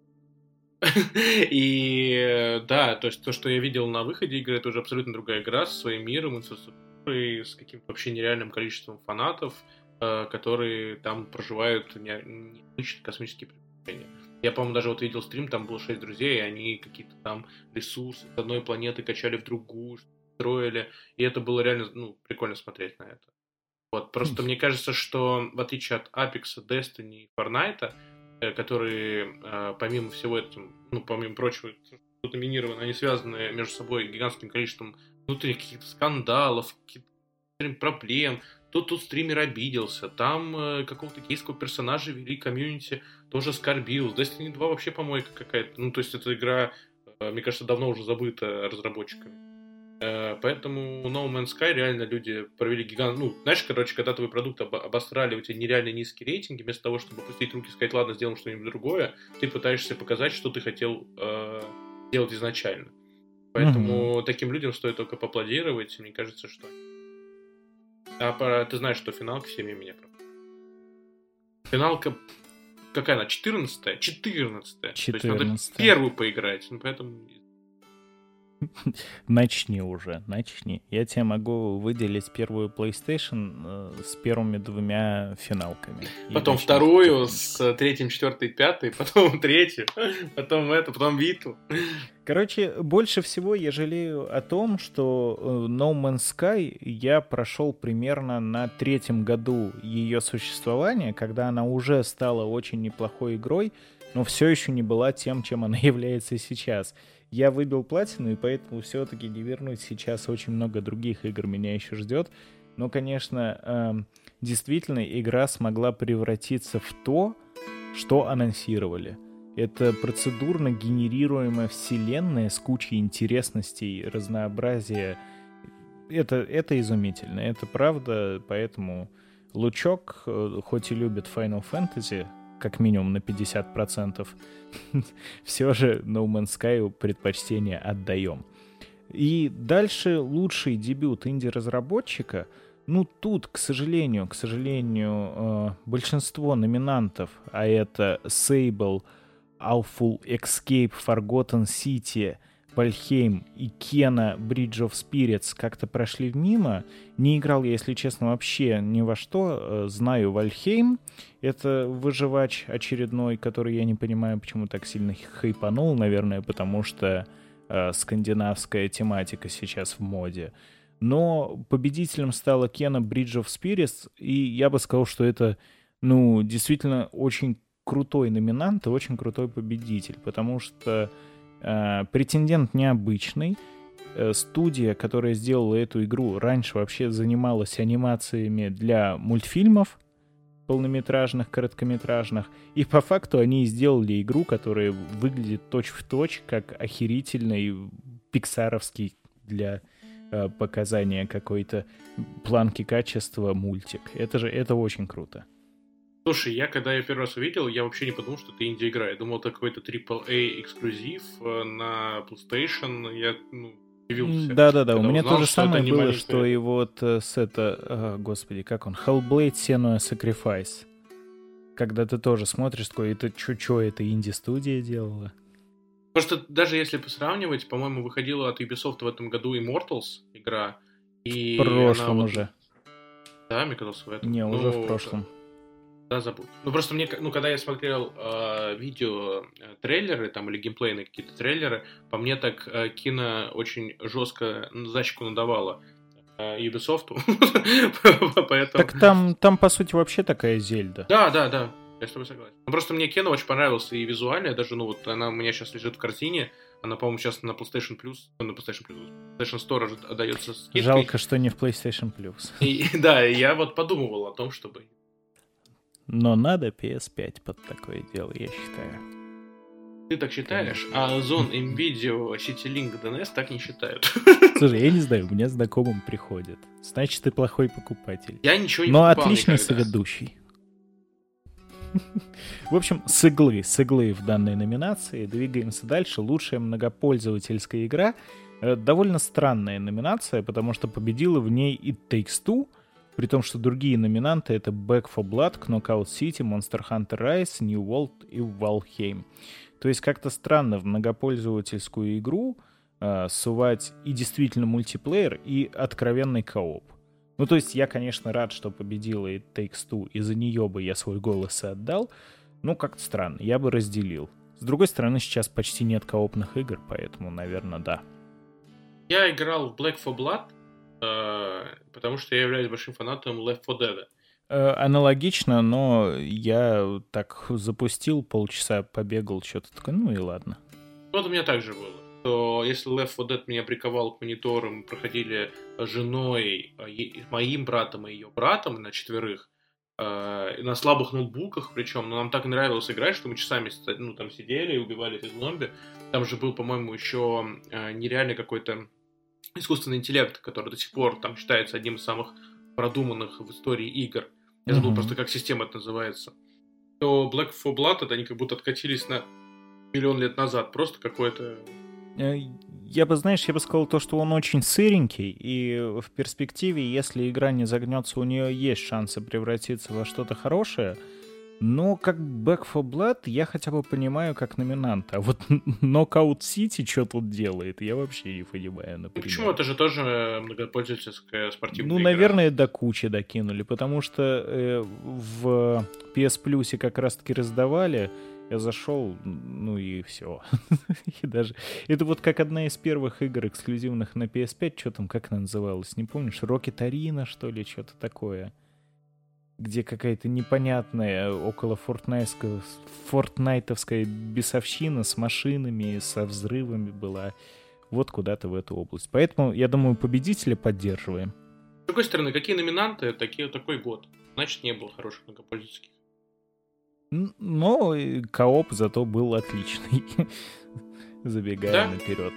И да, то есть то, что я видел на выходе игры, это уже абсолютно другая игра со своим миром, инфраструктурой, с каким-то вообще нереальным количеством фанатов, которые там проживают необычные космические приключения. Я, по-моему, даже вот видел стрим, там было шесть друзей, и они какие-то там ресурсы с одной планеты качали в другую, строили, и это было реально, ну, прикольно смотреть на это. Вот, просто мне кажется, что в отличие от Apex, Destiny и Fortnite, которые, помимо всего этого, ну, помимо прочего, что номинированы, они связаны между собой гигантским количеством внутренних каких-то скандалов, каких-то проблем. Тут, тут стример обиделся, там э, какого-то гейского персонажа вели, комьюнити тоже скорбил. Destiny два вообще помойка какая-то. Ну, то есть эта игра, э, мне кажется, давно уже забыта разработчиками. Э, поэтому No Man's Sky реально люди провели гигант... Ну, знаешь, короче, когда твой продукт об- обосрали, у тебя нереально низкие рейтинги, вместо того, чтобы опустить руки и сказать, ладно, сделаем что-нибудь другое, ты пытаешься показать, что ты хотел э, делать изначально. Поэтому mm-hmm. таким людям стоит только поаплодировать, мне кажется, что... А ты знаешь, что финалка всеми меня пропала. Финалка какая она, четырнадцатая? четырнадцатая. четырнадцатая. То есть надо первую поиграть, ну, поэтому... Начни уже, начни. Я тебе могу выделить первую PlayStation э, с первыми двумя финалками. Потом вторую с третьим, четвертой, пятой, потом третью, потом это, потом Виту. Короче, больше всего я жалею о том, что No Man's Sky я прошел примерно на третьем году ее существования, когда она уже стала очень неплохой игрой, но все еще не была тем, чем она является сейчас. Я выбил платину, и поэтому все-таки не вернуть сейчас. Очень много других игр меня еще ждет. Но, конечно, э, действительно, игра смогла превратиться в то, что анонсировали. Это процедурно генерируемая вселенная с кучей интересностей, разнообразия. Это, это изумительно, это правда. Поэтому Лучок, э, хоть и любит Final Fantasy, как минимум на пятьдесят процентов, все же No Man's Sky предпочтение отдаем. И дальше лучший дебют инди-разработчика. Ну, тут, к сожалению, к сожалению, большинство номинантов, а это Sable, Awful Escape, Forgotten City, Valheim и Kena Bridge of Spirits как-то прошли мимо. Не играл я, если честно, вообще ни во что. Знаю Valheim. Это выживач очередной, который я не понимаю, почему так сильно хайпанул. Наверное, потому что э, скандинавская тематика сейчас в моде. Но победителем стала Kena Bridge of Spirits. И я бы сказал, что это, ну, действительно очень крутой номинант и очень крутой победитель. Потому что Uh, претендент необычный. Uh, студия, которая сделала эту игру, раньше вообще занималась анимациями для мультфильмов полнометражных, короткометражных. И по факту они сделали игру, которая выглядит точь-в-точь, как охерительный пиксаровский для uh, показания какой-то планки качества мультик. Это же это очень круто. Слушай, я когда ее первый раз увидел, я вообще не подумал, что это инди-игра. Я думал, это какой-то трипл эй эксклюзив на PlayStation. Я, ну, удивился. Да-да-да, у меня узнал, то же самое было, маленькая... что и вот с это... О, господи, как он? Hellblade Senua's Sacrifice. Когда ты тоже смотришь, такой, это чё-чё, это инди-студия делала? Просто даже если посравнивать, по-моему, выходила от Ubisoft в этом году Immortals игра. И в прошлом она... уже. Да, мне казалось, в этом. Не, ну, уже в прошлом. Да, забудь. Ну, просто мне, ну, когда я смотрел э, видео, э, трейлеры, там, или геймплейные какие-то трейлеры, по мне так э, кино очень жестко зачку надавало э, Ubisoft. Поэтому... Так там, там, по сути, вообще такая Зельда. Да, да, да, я с тобой согласен. Ну, просто мне Кена очень понравился и визуально, даже, ну, вот она у меня сейчас лежит в картине, она, по-моему, сейчас на PlayStation Plus, на PlayStation Plus, PlayStation Store отдается скидкой. Жалко, что не в PlayStation Plus. И, да, и я вот подумывал о том, чтобы... Но надо пи эс пять под такое дело, я считаю. Ты так считаешь? А Озон, Nvidia, CityLink, ди эн эс так не считают. Слушай, я не знаю, у меня знакомым приходят. Значит, ты плохой покупатель. Я ничего не Но покупал отличный никогда. соведущий. В общем, с иглы, с иглы в данной номинации. Двигаемся дальше. Лучшая многопользовательская игра. Довольно странная номинация, потому что победила в ней It Takes Two, при том, что другие номинанты — это Back four Blood, Knockout City, Monster Hunter Rise, New World и Valheim. То есть как-то странно в многопользовательскую игру э, сувать и действительно мультиплеер, и откровенный кооп. Ну, то есть я, конечно, рад, что победила It Takes Two, и за нее бы я свой голос и отдал, но как-то странно, я бы разделил. С другой стороны, сейчас почти нет коопных игр, поэтому, наверное, да. Я играл в Back four Blood, потому что я являюсь большим фанатом Left four Dead. Аналогично, но я так запустил, полчаса побегал, что-то такое, ну и ладно. Вот у меня так же было. Что если Left four Dead меня приковал к монитору, мы проходили с женой, моим братом и ее братом на четверых, на слабых ноутбуках причем, но нам так нравилось играть, что мы часами ну, там сидели и убивали этих зомби. Там же был, по-моему, еще нереальный какой-то искусственный интеллект, который до сих пор там считается одним из самых продуманных в истории игр. Я забыл mm-hmm. просто, как система это называется. То Back four Blood, это они как будто откатились на миллион лет назад. Просто какое-то... Я бы, знаешь, я бы сказал то, что он очень сыренький, и в перспективе, если игра не загнется, у нее есть шансы превратиться во что-то хорошее. Но как Back four Blood я хотя бы понимаю как номинант. А вот Knockout City что тут делает, я вообще не понимаю, например. Почему? Это же тоже многопользовательская спортивная Ну, игра. наверное, до кучи докинули, потому что э, в пи эс Plus как раз-таки раздавали. Я зашел, ну и все. И даже... Это вот как одна из первых игр, эксклюзивных на пи эс пять, что там, как она называлась, не помнишь? Rocket Arena, что ли, что-то такое. Где какая-то непонятная около фортнайтовская, фортнайтовская бесовщина с машинами, со взрывами была. Вот куда-то в эту область. Поэтому, я думаю, победителя поддерживаем. С другой стороны, какие номинанты, такие, такой год. Значит, не было хороших многопользовательских. Но кооп зато был отличный. Забегая да? наперед.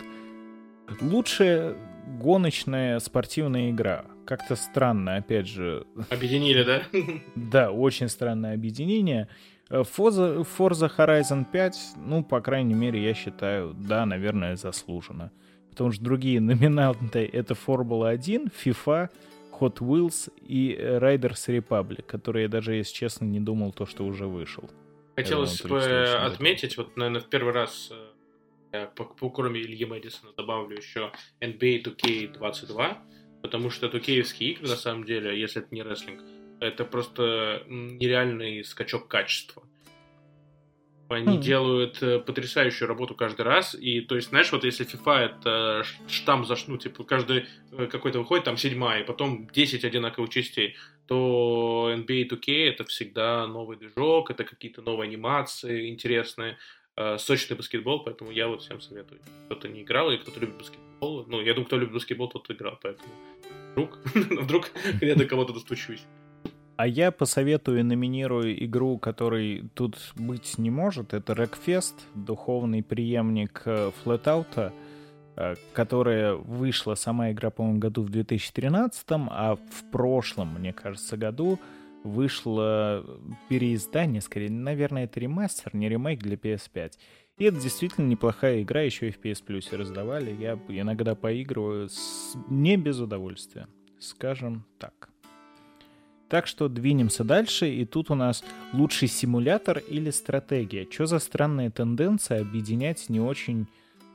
Лучшая гоночная спортивная игра. Как-то странно, опять же. Объединили, да? Да, очень странное объединение. Forza, Forza Horizon пять, ну, по крайней мере, я считаю, да, наверное, заслуженно. Потому что другие номинанты — это Формула один, FIFA, Hot Wheels и Riders Republic, которые я даже, если честно, не думал, то, что уже вышел. Хотелось бы отметить, вот, наверное, в первый раз, я, по, по, кроме Ильи Мэдисона, добавлю еще эн би эй ту кей двадцать два, потому что ту кей-евские игры, на самом деле, если это не рестлинг, это просто нереальный скачок качества. Они mm. делают потрясающую работу каждый раз. И, то есть, знаешь, вот если FIFA это штамм за штамм, ну, типа, каждый какой-то выходит, там, седьмая, и потом десять одинаковых частей, то эн би эй ту кей это всегда новый движок, это какие-то новые анимации интересные, сочный баскетбол, поэтому я вот всем советую. Кто-то не играл, и кто-то любит баскетбол. Ну, я думаю, кто любит баскетбол, тот играл, поэтому вдруг, вдруг я до кого-то достучусь. А я посоветую и номинирую игру, которой тут быть не может. Это Wreckfest, духовный преемник Flatout, которая вышла, сама игра, по-моему, году в две тысячи тринадцатом, а в прошлом, мне кажется, году вышло переиздание, скорее, наверное, это ремастер, не ремейк для пи эс пять. И это действительно неплохая игра, еще и в пи эс Plus раздавали. Я иногда поигрываю с... не без удовольствия, скажем так. Так что двинемся дальше, и тут у нас лучший симулятор или стратегия. Что за странная тенденция объединять не очень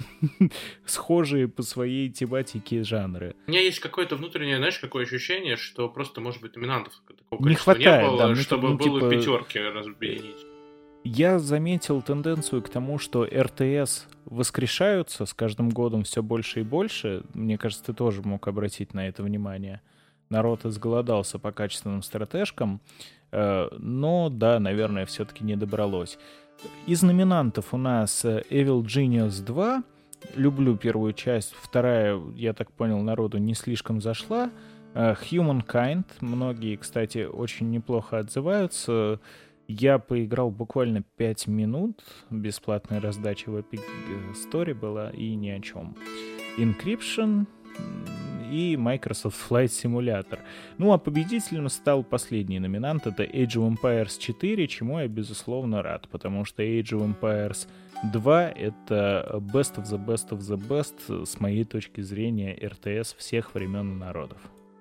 схожие по своей тематике жанры? У меня есть какое-то внутреннее, знаешь, какое ощущение, что просто, может быть, номинантов такого не хватает, не было, да, чтобы ну, было типа... в пятерке объединить. Я заметил тенденцию к тому, что эр ти эс воскрешаются с каждым годом все больше и больше. Мне кажется, ты тоже мог обратить на это внимание. Народ изголодался по качественным стратежкам, но, да, наверное, все-таки не добралось. Из номинантов у нас Evil Genius два. Люблю первую часть, вторая, я так понял, народу не слишком зашла. Humankind. Многие, кстати, очень неплохо отзываются. Я поиграл буквально пять минут. Бесплатная раздача в Epic Store была и ни о чем. Encryption и Microsoft Flight Simulator. Ну а победителем стал последний номинант. Это Age of Empires четыре, чему я безусловно рад, потому что Age of Empires два это best of the best of the best с моей точки зрения эр ти эс всех времен и народов.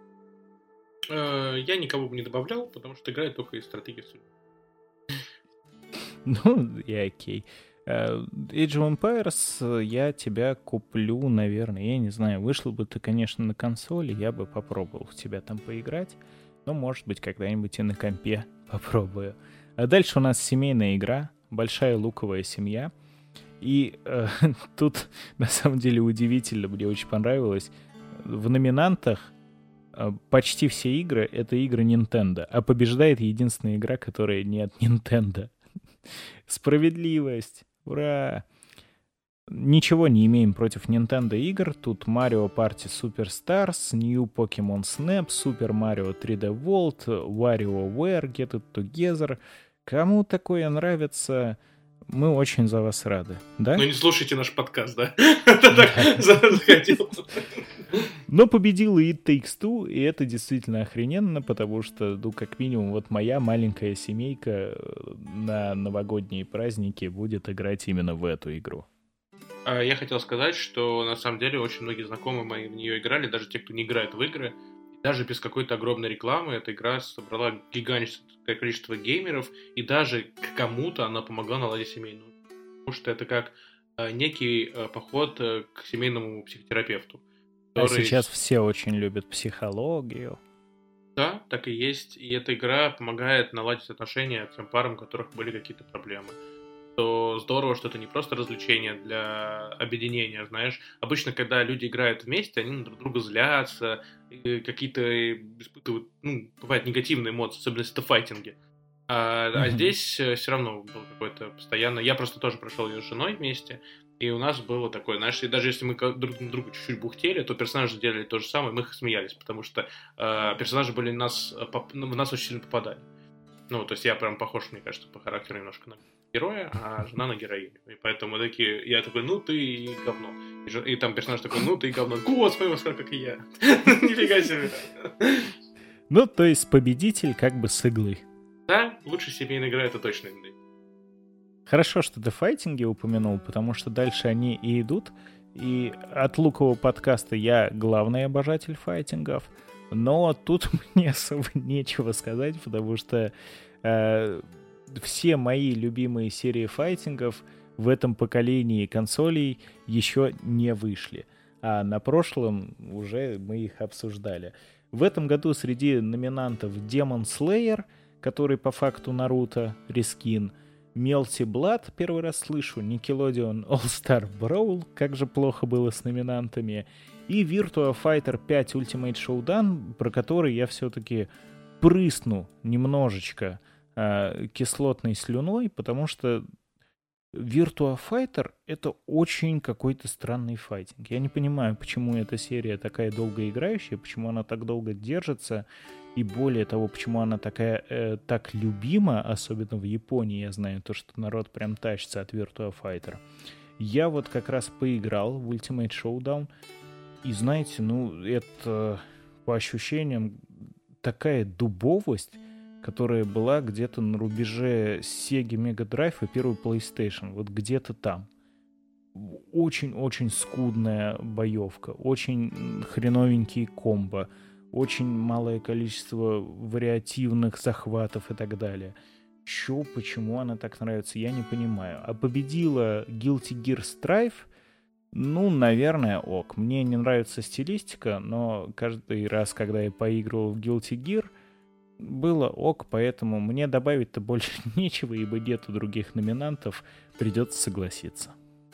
Я никого бы не добавлял, потому что играет только из стратегии. Ну, и окей. Age of Empires я тебя куплю, наверное. Я не знаю, вышел бы ты, конечно, на консоли, я бы попробовал в тебя там поиграть. Но, может быть, когда-нибудь и на компе попробую. А дальше у нас семейная игра, большая луковая семья. И э, тут, на самом деле, удивительно, мне очень понравилось. В номинантах э, почти все игры — это игры Nintendo, а побеждает единственная игра, которая не от Nintendo. Справедливость! Ура! Ничего не имеем против Nintendo игр. Тут Mario Party Superstars, New Pokemon Snap, Super Mario три дэ World, WarioWare, Get It Together. Кому такое нравится, мы очень за вас рады. Да? Ну не слушайте наш подкаст, да? Заходил. Но победила It Takes Two, и это действительно охрененно, потому что, ну, как минимум, вот моя маленькая семейка на новогодние праздники будет играть именно в эту игру. Я хотел сказать, что на самом деле очень многие знакомые мои в нее играли, даже те, кто не играет в игры. Даже без какой-то огромной рекламы эта игра собрала гигантское количество геймеров, и даже кому-то она помогла наладить семейную. Потому что это как э, некий э, поход э, к семейному психотерапевту. Который... А сейчас все очень любят психологию. Да, так и есть. И эта игра помогает наладить отношения тем парам, у которых были какие-то проблемы. То здорово, что это не просто развлечение для объединения, знаешь. Обычно, когда люди играют вместе, они друг друга злятся, какие-то испытывают, ну, бывают негативные эмоции, особенно если это файтинги. А, mm-hmm. а здесь все равно был какой-то постоянно... Я просто тоже прошел ее с женой вместе, и у нас было такое, знаешь, и даже если мы друг на друга чуть-чуть бухтели, то персонажи делали то же самое, мы их смеялись, потому что э, персонажи были нас, поп... в нас очень сильно попадали. Ну, то есть я прям похож, мне кажется, по характеру немножко на героя, а жена на героиню. И поэтому такие, я такой, ну ты говно. И, ж... и там персонаж такой, ну ты говно. Господи, как и я. Нифига себе. Ну, то есть победитель как бы с иглы. Да, лучшая семейная игра это точно эн би эй. Хорошо, что ты файтинги упомянул, потому что дальше они и идут. И от лукового подкаста я главный обожатель файтингов. Но тут мне особо нечего сказать, потому что э, все мои любимые серии файтингов в этом поколении консолей еще не вышли. А на прошлом уже мы их обсуждали. В этом году среди номинантов Demon Slayer, который по факту Наруто, рескин, Melty Blood, первый раз слышу, Nickelodeon All-Star Brawl, как же плохо было с номинантами, и Virtua Fighter пять Ultimate Showdown, про который я все-таки прысну немножечко э, кислотной слюной, потому что Virtua Fighter — это очень какой-то странный файтинг. Я не понимаю, почему эта серия такая долгоиграющая, почему она так долго держится, и более того, почему она такая э, так любима, особенно в Японии. Я знаю то, что народ прям тащится от Virtua Fighter. Я вот как раз поиграл в Ultimate Showdown, и знаете, ну, это по ощущениям такая дубовость, которая была где-то на рубеже Sega Mega Drive и первый PlayStation, вот где-то там. Очень-очень скудная боевка, очень хреновенькие комбо, очень малое количество вариативных захватов и так далее. Чё, почему она так нравится, я не понимаю. А победила Guilty Gear Strive, ну, наверное, ок. Мне не нравится стилистика, но каждый раз, когда я поигрывал в Guilty Gear, было ок, поэтому мне добавить-то больше нечего, ибо нету других номинантов, придется согласиться.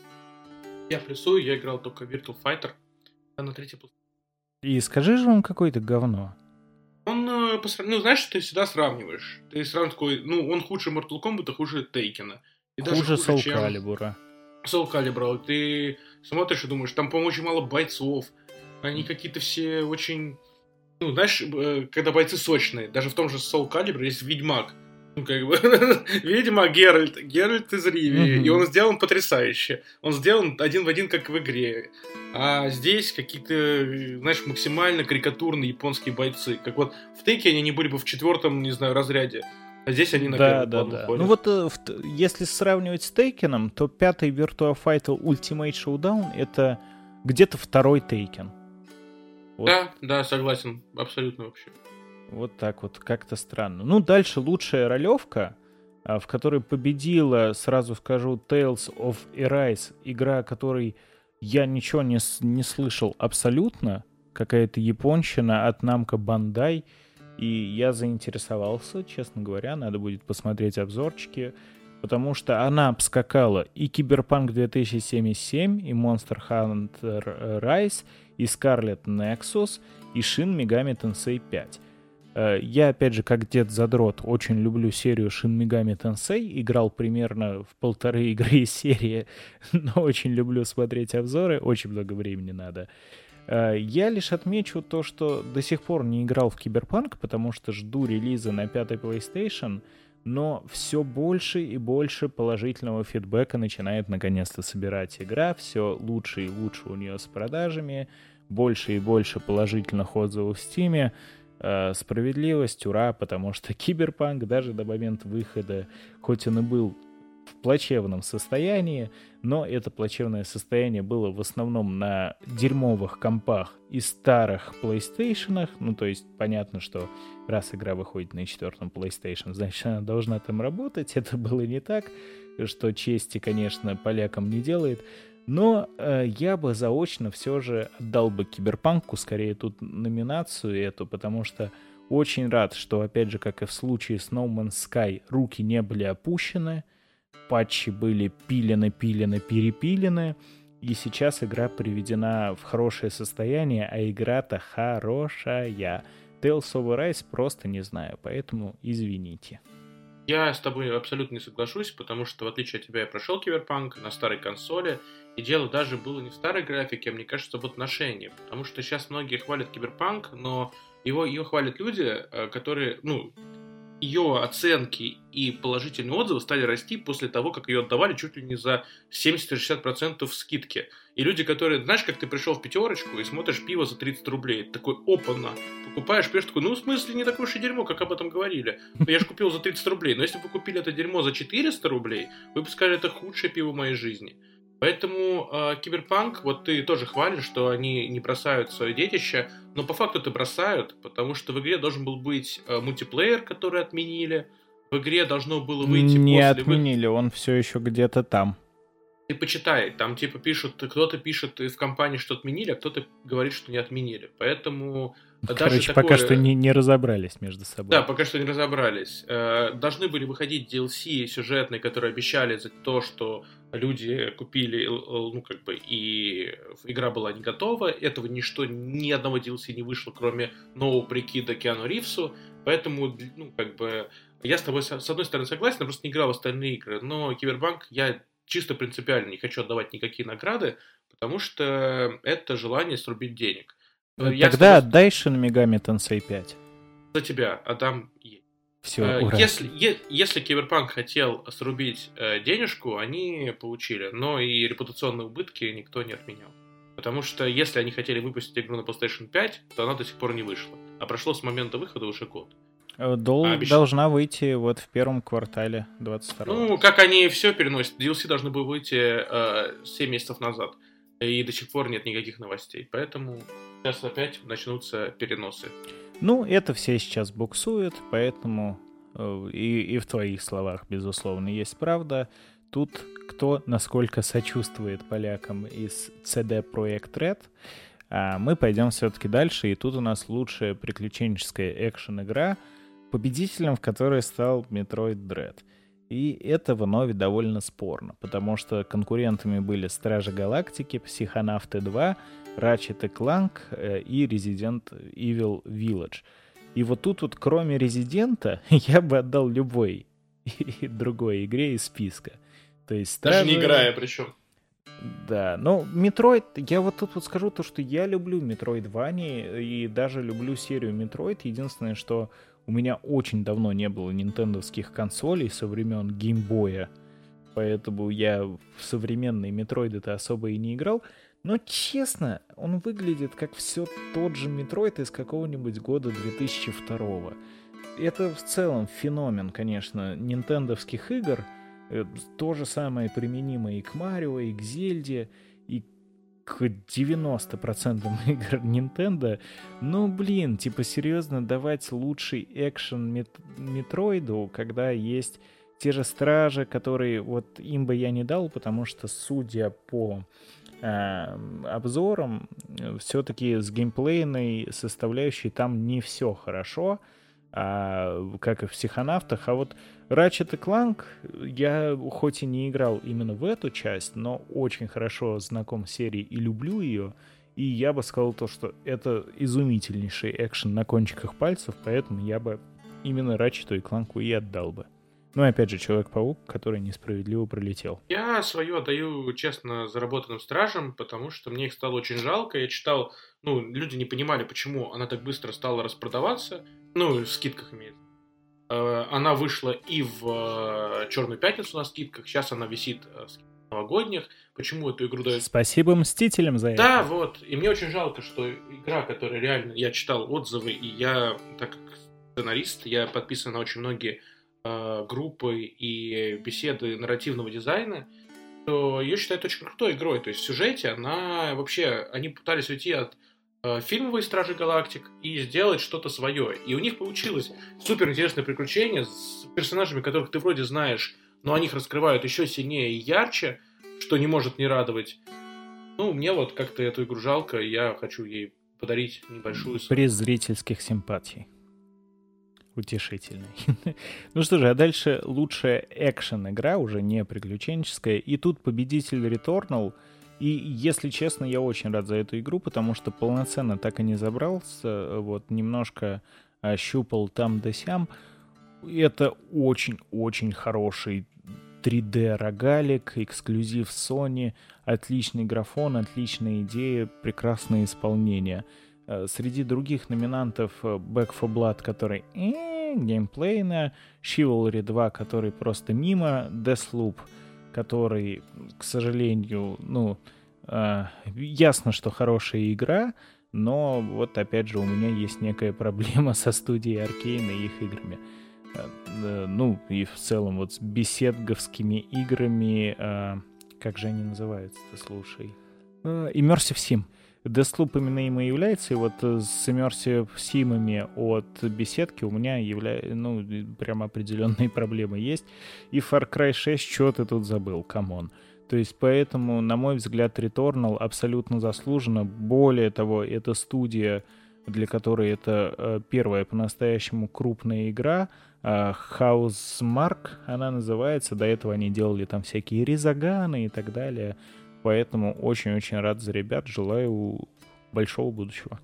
Я плюсую, я играл только Virtua Fighter, а на третьей плюс. И скажи же он какое-то говно. Он, э, по сравнению, ну, знаешь, ты всегда сравниваешь. Ты сравниваешь такой, ну, он хуже Mortal Kombat, хуже Тейкена. И хуже даже Soul хуже, Calibur. Soul Calibur. Ты смотришь и думаешь, там, по-моему, очень мало бойцов. Они какие-то все очень... Ну, знаешь, когда бойцы сочные, даже в том же Soul Calibur есть Ведьмак. Ну, как бы, Ведьмак Геральт, Геральт из Ривии, mm-hmm. и он сделан потрясающе. Он сделан один в один, как в игре. А здесь какие-то, знаешь, максимально карикатурные японские бойцы. Как вот в Тейке они были бы в четвертом, не знаю, разряде. А здесь они на да, первом да, плану да. ходят. Ну вот, в, если сравнивать с Тейкеном, то пятый Virtua Fighter Ultimate Showdown — это где-то второй Тейкен. Вот. Да, да, согласен, абсолютно вообще. Вот так вот, как-то странно. Ну, дальше лучшая ролевка, в которой победила, сразу скажу, Tales of Arise, игра, о которой я ничего не, не слышал абсолютно, какая-то японщина от Namco Bandai, и я заинтересовался, честно говоря, надо будет посмотреть обзорчики, потому что она обскакала и Cyberpunk две тысячи семьдесят семь, и Monster Hunter Rise, и Scarlet Nexus, и Shin Megami Tensei пять. Я, опять же, как дед-задрот, очень люблю серию Shin Megami Tensei, играл примерно в полторы игры из серии, но очень люблю смотреть обзоры, очень много времени надо. Я лишь отмечу то, что до сих пор не играл в Cyberpunk, потому что жду релиза на пятой PlayStation, но все больше и больше положительного фидбэка начинает наконец-то собирать игра, все лучше и лучше у нее с продажами, больше и больше положительных отзывов в Steam. Э, справедливость, ура, потому что Cyberpunk даже до момента выхода, хоть он и был в плачевном состоянии, но это плачевное состояние было в основном на дерьмовых компах и старых PlayStation. Ну, то есть понятно, что раз игра выходит на четвертом PlayStation, значит, она должна там работать. Это было не так, что чести, конечно, полякам не делает. Но э, я бы заочно все же отдал бы Киберпанку, скорее тут номинацию эту, потому что очень рад, что, опять же, как и в случае с No Man's Sky, руки не были опущены, патчи были пилены, пилены, перепилены, и сейчас игра приведена в хорошее состояние, а игра-то хорошая. Tales of Arise просто не знаю, поэтому извините. Я с тобой абсолютно не соглашусь, потому что, в отличие от тебя, я прошел Киберпанк на старой консоли, и дело даже было не в старой графике, а мне кажется, в отношении, потому что сейчас многие хвалят Киберпанк, но его, ее хвалят люди, которые, ну, ее оценки и положительные отзывы стали расти после того, как ее отдавали чуть ли не за семьдесят-шестьдесят процентов скидки. И люди, которые, знаешь, как ты пришел в пятерочку и смотришь пиво за тридцать рублей, ты такой, опа-на, покупаешь, пьешь, такой, ну, в смысле, не такое уж и дерьмо, как об этом говорили. Но я же купил за тридцать рублей, но если бы вы купили это дерьмо за четыреста рублей, вы бы сказали, это худшее пиво в моей жизни. Поэтому э, Киберпанк, вот ты тоже хвалишь, что они не бросают свое детище, но по факту это бросают, потому что в игре должен был быть э, мультиплеер, который отменили, в игре должно было выйти... Не после... отменили, он все еще где-то там. Ты почитай, там типа пишут, кто-то пишет в компании, что отменили, а кто-то говорит, что не отменили. Поэтому Короче, даже пока такое... что не, не разобрались между собой. Да, пока что не разобрались. Должны были выходить ди эл си сюжетные, которые обещали за то, что люди купили, ну как бы, и игра была не готова. Этого ничто, ни одного ди эл си не вышло, кроме нового прикида Киану Ривзу. Поэтому, ну как бы, я с тобой с одной стороны согласен, я просто не играл в остальные игры, но Киберпанк я чисто принципиально не хочу отдавать никакие награды, потому что это желание срубить денег. Я Тогда тобой... отдай Shin Megami Tensei пять. За тебя отдам ей. Все, ура. Если, е- если Киберпанк хотел срубить э, денежку, они получили, но и репутационные убытки никто не отменял. Потому что если они хотели выпустить игру на PlayStation пять, то она до сих пор не вышла. А прошло с момента выхода уже год. Дол- а обещ... Должна выйти вот в первом квартале двадцать второго. Ну, как они все переносят. ди эл си должны были выйти э, семь месяцев назад. И до сих пор нет никаких новостей. Поэтому сейчас опять начнутся переносы. Ну, это все сейчас буксуют, поэтому э, и, и в твоих словах, безусловно, есть правда. Тут кто насколько сочувствует полякам из си ди Projekt Red. А мы пойдем все-таки дальше, и тут у нас лучшая приключенческая экшен-игра, победителем в которой стал Metroid Dread. И это в Нове довольно спорно, потому что конкурентами были Стражи Галактики, Психонавты два, Ratchet и Clank э, и Resident Evil Village. И вот тут вот, кроме Резидента, я бы отдал любой другой игре из списка. То есть Стражи... Даже не играя, причем. Да, ну, Metroid, я вот тут вот скажу то, что я люблю Metroidvania и даже люблю серию Metroid. Единственное, что у меня очень давно не было нинтендовских консолей со времен геймбоя, поэтому я в современные Metroid-то особо и не играл. Но, честно, он выглядит как все тот же Metroid из какого-нибудь года две тысячи второго. Это в целом феномен, конечно, нинтендовских игр. То же самое применимо и к Марио, и к Зельде, и к девяноста процентам игр Nintendo. Но, блин, типа, серьезно давать лучший экшен мет- Метроиду, когда есть те же Стражи, которые вот им бы я не дал, потому что, судя по э, обзорам, все-таки с геймплейной составляющей там не все хорошо, а, как и в Психонавтах. А вот Ratchet и Clank, я хоть и не играл именно в эту часть, но очень хорошо знаком с серией и люблю ее. И я бы сказал то, что это изумительнейший экшен на кончиках пальцев, поэтому я бы именно Ratchet и Clank и отдал бы. Ну и опять же, Человек-паук, который несправедливо пролетел. Я свою отдаю, честно, заработанным Стражам, потому что мне их стало очень жалко. Я читал, ну, люди не понимали, почему она так быстро стала распродаваться. Ну, в скидках имеется. Она вышла и в Черную пятницу на скидках, сейчас она висит в скидках новогодних. Почему эту игру дают? Спасибо Мстителям за это. Да, вот. И мне очень жалко, что игра, которая реально... Я читал отзывы, и я, так как сценарист, я подписан на очень многие э, группы и беседы нарративного дизайна, то я считаю это очень крутой игрой. То есть в сюжете она вообще, они пытались уйти от э, фильмовой Стражи Галактик и сделать что-то свое. И у них получилось супер интересное приключение с персонажами, которых ты вроде знаешь, но они их раскрывают еще сильнее и ярче, что не может не радовать. Ну, мне вот как-то эту игру жалко, я хочу ей подарить небольшую... Приз зрительских симпатий. Утешительный. Ну что же, а дальше лучшая экшен-игра, уже не приключенческая. И тут победитель Returnal. И, если честно, я очень рад за эту игру, потому что полноценно так и не забрался. Вот, немножко щупал там да сям. Это очень-очень хороший три дэ-рогалик, эксклюзив Sony, отличный графон, отличная идея, прекрасное исполнение. Среди других номинантов Back four Blood, который э, геймплейно, Chivalry два, который просто мимо, Deathloop, который, к сожалению, ну, э, ясно, что хорошая игра, но вот опять же у меня есть некая проблема со студией Arkane и их играми. Ну, и в целом вот с беседговскими играми, э, как же они называются-то, слушай? Э, Immersive Sim. Deathloop именно им и является, и вот с Immersive Sim'ами от беседки у меня явля... ну, прям определенные проблемы есть. И Far Cry шесть, что ты тут забыл, камон. То есть поэтому, на мой взгляд, Returnal абсолютно заслуженно. Более того, это студия, для которой это э, первая по-настоящему крупная игра. Э, Housemarque она называется. До этого они делали там всякие резаганы и так далее. Поэтому очень-очень рад за ребят. Желаю большого будущего.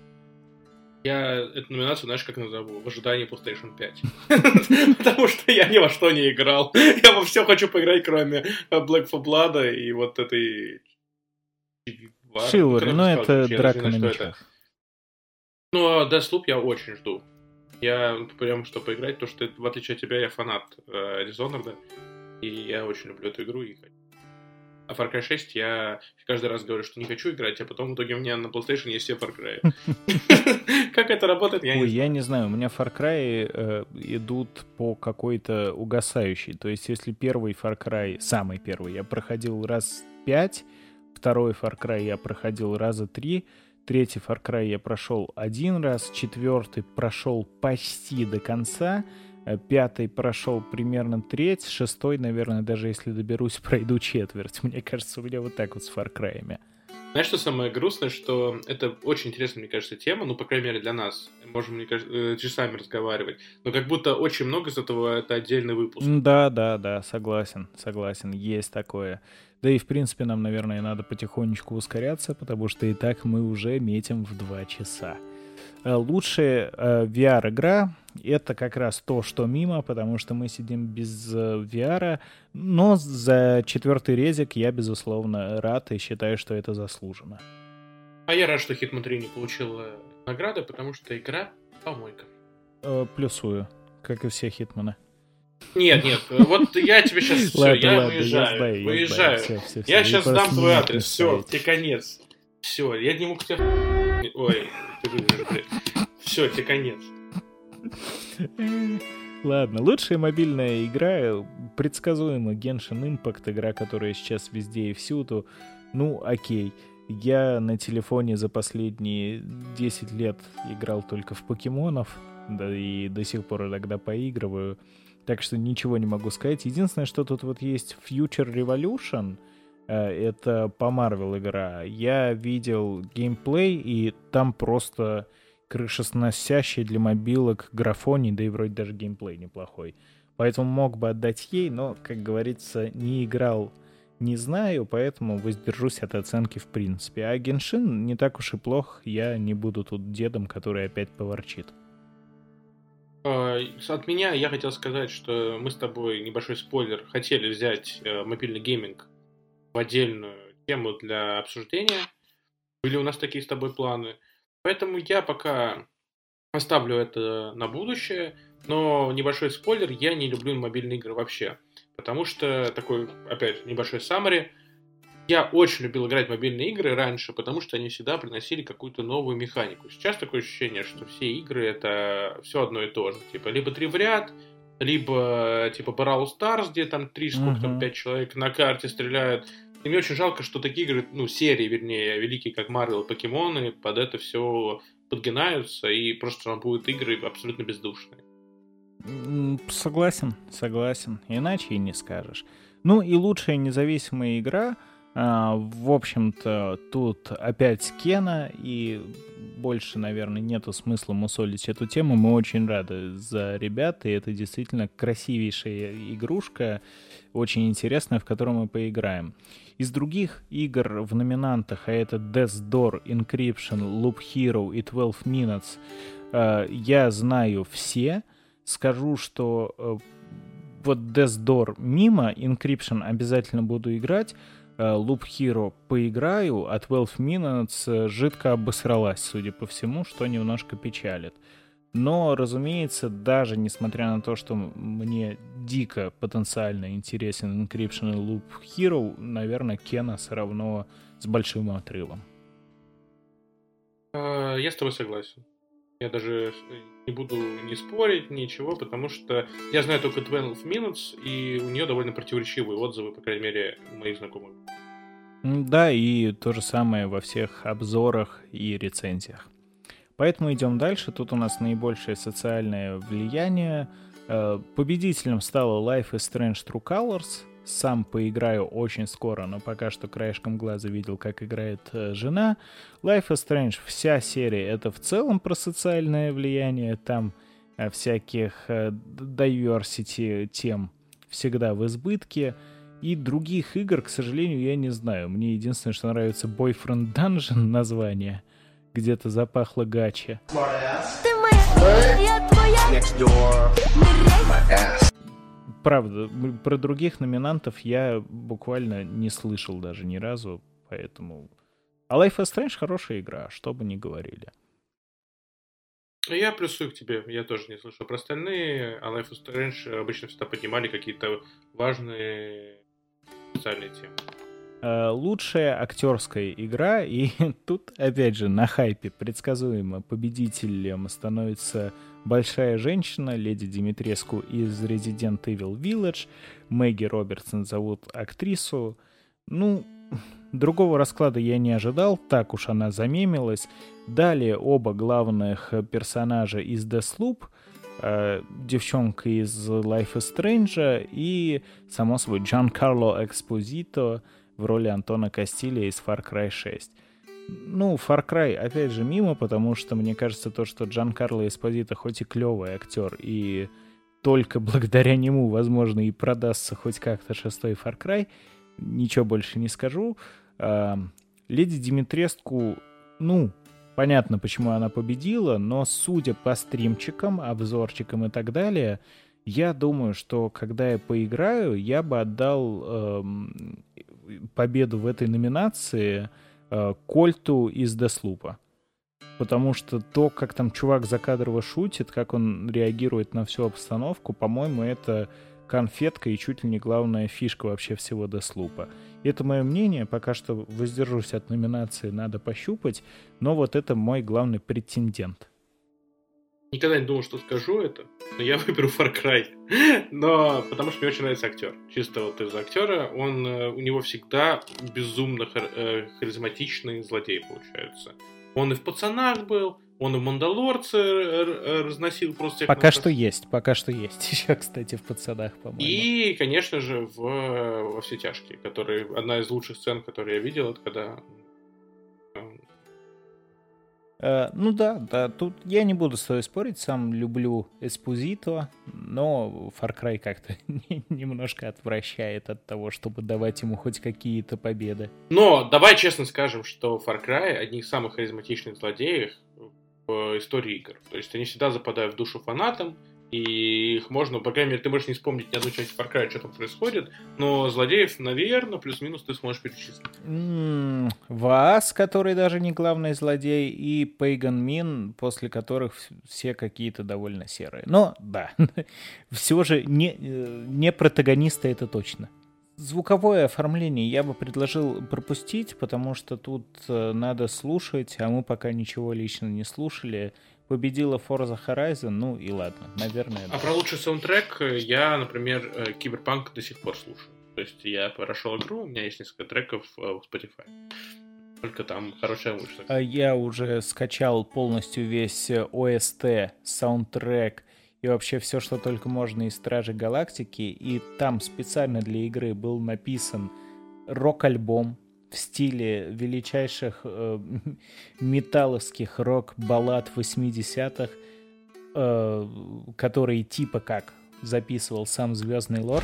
Я эту номинацию, знаешь, как назову? В ожидании PlayStation пять. Потому что я ни во что не играл. Я во все хочу поиграть, кроме Black four Blood и вот этой... Chivalry, ну это драка на мечах. Ну, а Deathloop я очень жду. Я прям что поиграть, потому что, в отличие от тебя, я фанат э, Dishonored, и я очень люблю эту игру и хочу. А Far Cry шесть я каждый раз говорю, что не хочу играть, а потом в итоге у меня на PlayStation есть все Far Cry. Как это работает, я не знаю. Ой, я не знаю, у меня Far Cry э, идут по какой-то угасающей. То есть, если первый Far Cry, самый первый, я проходил раз пять, второй Far Cry я проходил раза три, третий Far Cry я прошел один раз, четвертый прошел почти до конца, пятый прошел примерно треть, шестой, наверное, даже если доберусь, пройду четверть. Мне кажется, у меня вот так вот с Far Cry'ами. Знаешь, что самое грустное, что это очень интересная, мне кажется, тема, ну, по крайней мере, для нас. Можем, мне кажется, часами разговаривать, но как будто очень много из этого это отдельный выпуск. Да, да, да, согласен, согласен, есть такое. Да и, в принципе, нам, наверное, надо потихонечку ускоряться, потому что и так мы уже метим в два часа. Лучшая э, ви ар-игра — это как раз то, что мимо, потому что мы сидим без э, ви ар, но за четвертый резик я, безусловно, рад и считаю, что это заслуженно. А я рад, что Hitman три не получила награды, потому что игра помойка. Э, плюсую, как и все Хитманы. Нет, нет, вот я тебе сейчас все, ладно, я ладно, выезжаю, я знаю, выезжаю. Я, знаю. Все, все, я все. сейчас Я дам твой не адрес, все, представить. тебе конец. Все, я не мог тебя... Ой, все, тебе конец. Ладно, лучшая мобильная игра, предсказуемо, Genshin Impact, игра, которая сейчас везде и всюду. Ну, окей. Я на телефоне за последние десять лет играл только в покемонов, да и до сих пор иногда поигрываю, так что ничего не могу сказать. Единственное, что тут вот есть Future Revolution, это по Marvel игра. Я видел геймплей, и там просто крышесносящий для мобилок графоний, да и вроде даже геймплей неплохой. Поэтому мог бы отдать ей, но, как говорится, не играл, не знаю, поэтому воздержусь от оценки в принципе. А Genshin не так уж и плох, я не буду тут дедом, который опять поворчит. От меня я хотел сказать, что мы с тобой, небольшой спойлер, хотели взять мобильный гейминг в отдельную тему для обсуждения. Были у нас такие с тобой планы. Поэтому я пока оставлю это на будущее. Но небольшой спойлер, я не люблю мобильные игры вообще. Потому что, такой, опять, небольшой summary. Я очень любил играть в мобильные игры раньше, потому что они всегда приносили какую-то новую механику. Сейчас такое ощущение, что все игры — это все одно и то же. Типа, либо три в ряд, либо типа Brawl Stars, где там три, сколько там, пять человек на карте стреляют. И мне очень жалко, что такие игры, ну, серии, вернее, великие, как Marvel и Покемоны, под это все подгинаются, и просто будут игры абсолютно бездушные. Согласен, согласен. Иначе и не скажешь. Ну и лучшая независимая игра, а, в общем-то, тут опять Кена, и больше, наверное, нету смысла мусолить эту тему. Мы очень рады за ребят, и это действительно красивейшая игрушка, очень интересная, в которую мы поиграем. Из других игр в номинантах, а это Death's Door, Encryption, Loop Hero и twelve minutes, а, я знаю все. Скажу, что э, вот Death's Door мимо, Encryption обязательно буду играть, э, Loop Hero поиграю, а twelve minutes жидко обосралась, судя по всему, что немножко печалит. Но, разумеется, даже несмотря на то, что мне дико потенциально интересен Encryption и Loop Hero, наверное, Кена все равно с большим отрывом. Я с тобой согласен. Я даже не буду ни спорить, ничего, потому что я знаю только twelve minutes, и у нее довольно противоречивые отзывы, по крайней мере, моих знакомых. Да, и то же самое во всех обзорах и рецензиях. Поэтому идем дальше. Тут у нас наибольшее социальное влияние. Победителем стала Life is Strange True Colors. Сам поиграю очень скоро, но пока что краешком глаза видел, как играет э, жена. Life is Strange, вся серия, это в целом про социальное влияние. Там э, всяких э, diversity тем всегда в избытке. И других игр, к сожалению, я не знаю. Мне единственное, что нравится Boyfriend Dungeon название. Где-то запахло гача. Ты моя, я твоя. Next door. My ass. Правда, про других номинантов я буквально не слышал даже ни разу, поэтому... А Life is Strange хорошая игра, что бы ни говорили. Я плюсую к тебе, я тоже не слышал про остальные, а Life is Strange обычно всегда поднимали какие-то важные социальные темы. Лучшая актерская игра, и тут, опять же, на хайпе предсказуемо победителем становится большая женщина, леди Димитреску из Resident Evil Village. Мэгги Робертсон зовут актрису. Ну, другого расклада я не ожидал, так уж она замемилась. Далее оба главных персонажа из Deathloop, э, девчонка из Life is Strange и, само собой, Джанкарло Эспозито в роли Антона Кастилья из Far Cry шесть. Ну, Far Cry, опять же, мимо, потому что мне кажется, то, что Джанкарло Эспозито хоть и клевый актер, и только благодаря нему, возможно, и продастся хоть как-то шестой Far Cry, ничего больше не скажу. А, Леди Димитреску, ну, понятно, почему она победила, но судя по стримчикам, обзорчикам и так далее, я думаю, что когда я поиграю, я бы отдал эм, победу в этой номинации э, Кольту из Deathloop. Потому что то, как там чувак закадрово шутит, как он реагирует на всю обстановку, по-моему, это конфетка и чуть ли не главная фишка вообще всего Deathloop. Это мое мнение, пока что воздержусь от номинации, надо пощупать, но вот это мой главный претендент. Никогда не думал, что скажу это, но я выберу Far Cry. Но потому что мне очень нравится актер. Чисто вот из-за актера, он, у него всегда безумно хар- харизматичный злодей получается. Он и в «Пацанах» был, он и в «Мандалорце» разносил просто... Пока что есть, пока что есть еще, кстати, в «Пацанах», по-моему. И, конечно же, в «Во все тяжкие», который одна из лучших сцен, которые я видел, это когда... Uh, ну да, да, тут я не буду с тобой спорить, сам люблю Эспозито, но Far Cry как-то немножко отвращает от того, чтобы давать ему хоть какие-то победы. Но давай честно скажем, что Far Cry одни из самых харизматичных злодеев в истории игр. То есть они всегда западают в душу фанатам, и их можно, по крайней мере, ты можешь не вспомнить ни одну часть Far Cry, что там происходит, но злодеев, наверное, плюс-минус ты сможешь перечислить. Mm, Ваас, который даже не главный злодей, и Пейган Мин, после которых все какие-то довольно серые. Но, да, все же не, не протагонисты, это точно. Звуковое оформление я бы предложил пропустить, потому что тут надо слушать, а мы пока ничего лично не слушали. победила Forza Horizon, ну и ладно, наверное. А да. про лучший саундтрек я, например, Киберпанк до сих пор слушаю. То есть я прошел игру, у меня есть несколько треков в Spotify. Только там хорошая музыка. Я уже скачал полностью весь о эс ти, саундтрек и вообще все, что только можно из Стражей Галактики. И там специально для игры был написан рок-альбом в стиле величайших э, металловских рок-баллад восьмидесятых, э, которые типа как записывал сам Звездный Лорд.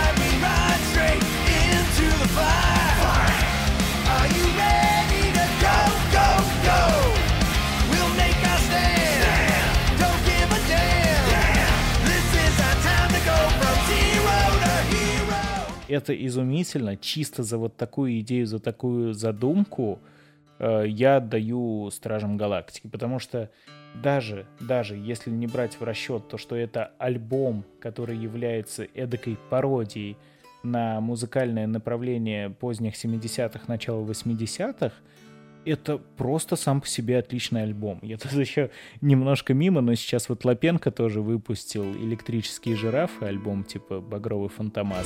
Это изумительно, чисто за вот такую идею, за такую задумку э, я отдаю Стражам Галактики, потому что даже, даже если не брать в расчет то, что это альбом, который является эдакой пародией на музыкальное направление поздних семидесятых, начала восьмидесятых, это просто сам по себе отличный альбом. Я тут еще немножко мимо, но сейчас вот Лапенко тоже выпустил «Электрические жирафы», альбом типа «Багровый фантомас».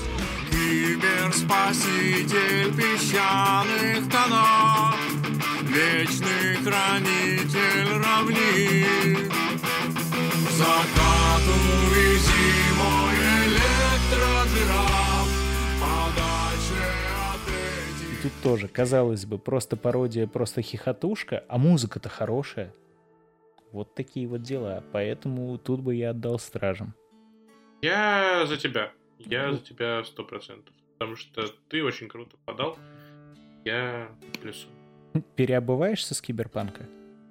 Киберспаситель песчаных тонов, вечный хранитель равнин. Закат увези мой электрожираф подальше от этих. И тут тоже, казалось бы, просто пародия, просто хихотушка, а музыка-то хорошая. Вот такие вот дела. Поэтому тут бы я отдал Стражам. Я за тебя. Я за тебя сто процентов. Потому что ты очень круто подал. Я плюсую. Переобуваешься с Киберпанка?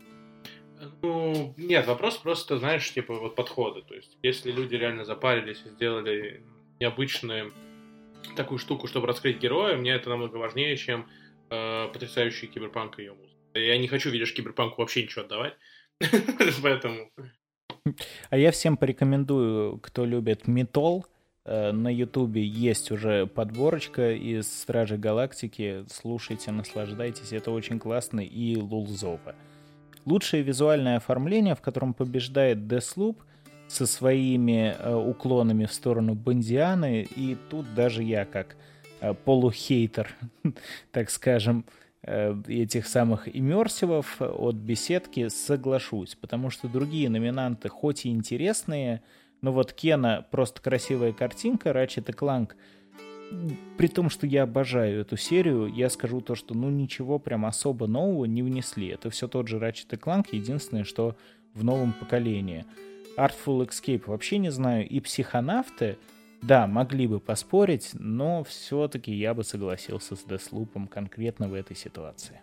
Ну, нет, вопрос просто, знаешь, типа вот подхода. То есть, если люди реально запарились и сделали необычную такую штуку, чтобы раскрыть героя, мне это намного важнее, чем э, потрясающий Киберпанк и ее музыка. Я не хочу, видишь, Киберпанку вообще ничего отдавать. Поэтому... А я всем порекомендую, кто любит метал, на Ютубе есть уже подборочка из Стражей Галактики. Слушайте, наслаждайтесь, это очень классно. И Лулзова. Лучшее визуальное оформление, в котором побеждает Deathloop со своими э, уклонами в сторону Бондианы. И тут даже я, как э, полухейтер, так скажем, э, этих самых иммерсивов от беседки, соглашусь. Потому что другие номинанты, хоть и интересные, но вот Кена просто красивая картинка, Ratchet и Clank. При том, что я обожаю эту серию, я скажу то, что ну ничего прям особо нового не внесли. Это все тот же Ratchet и Clank, единственное, что в новом поколении. Artful Escape вообще не знаю. И Психонавты, да, могли бы поспорить, но все-таки я бы согласился с Deathloop'ом конкретно в этой ситуации.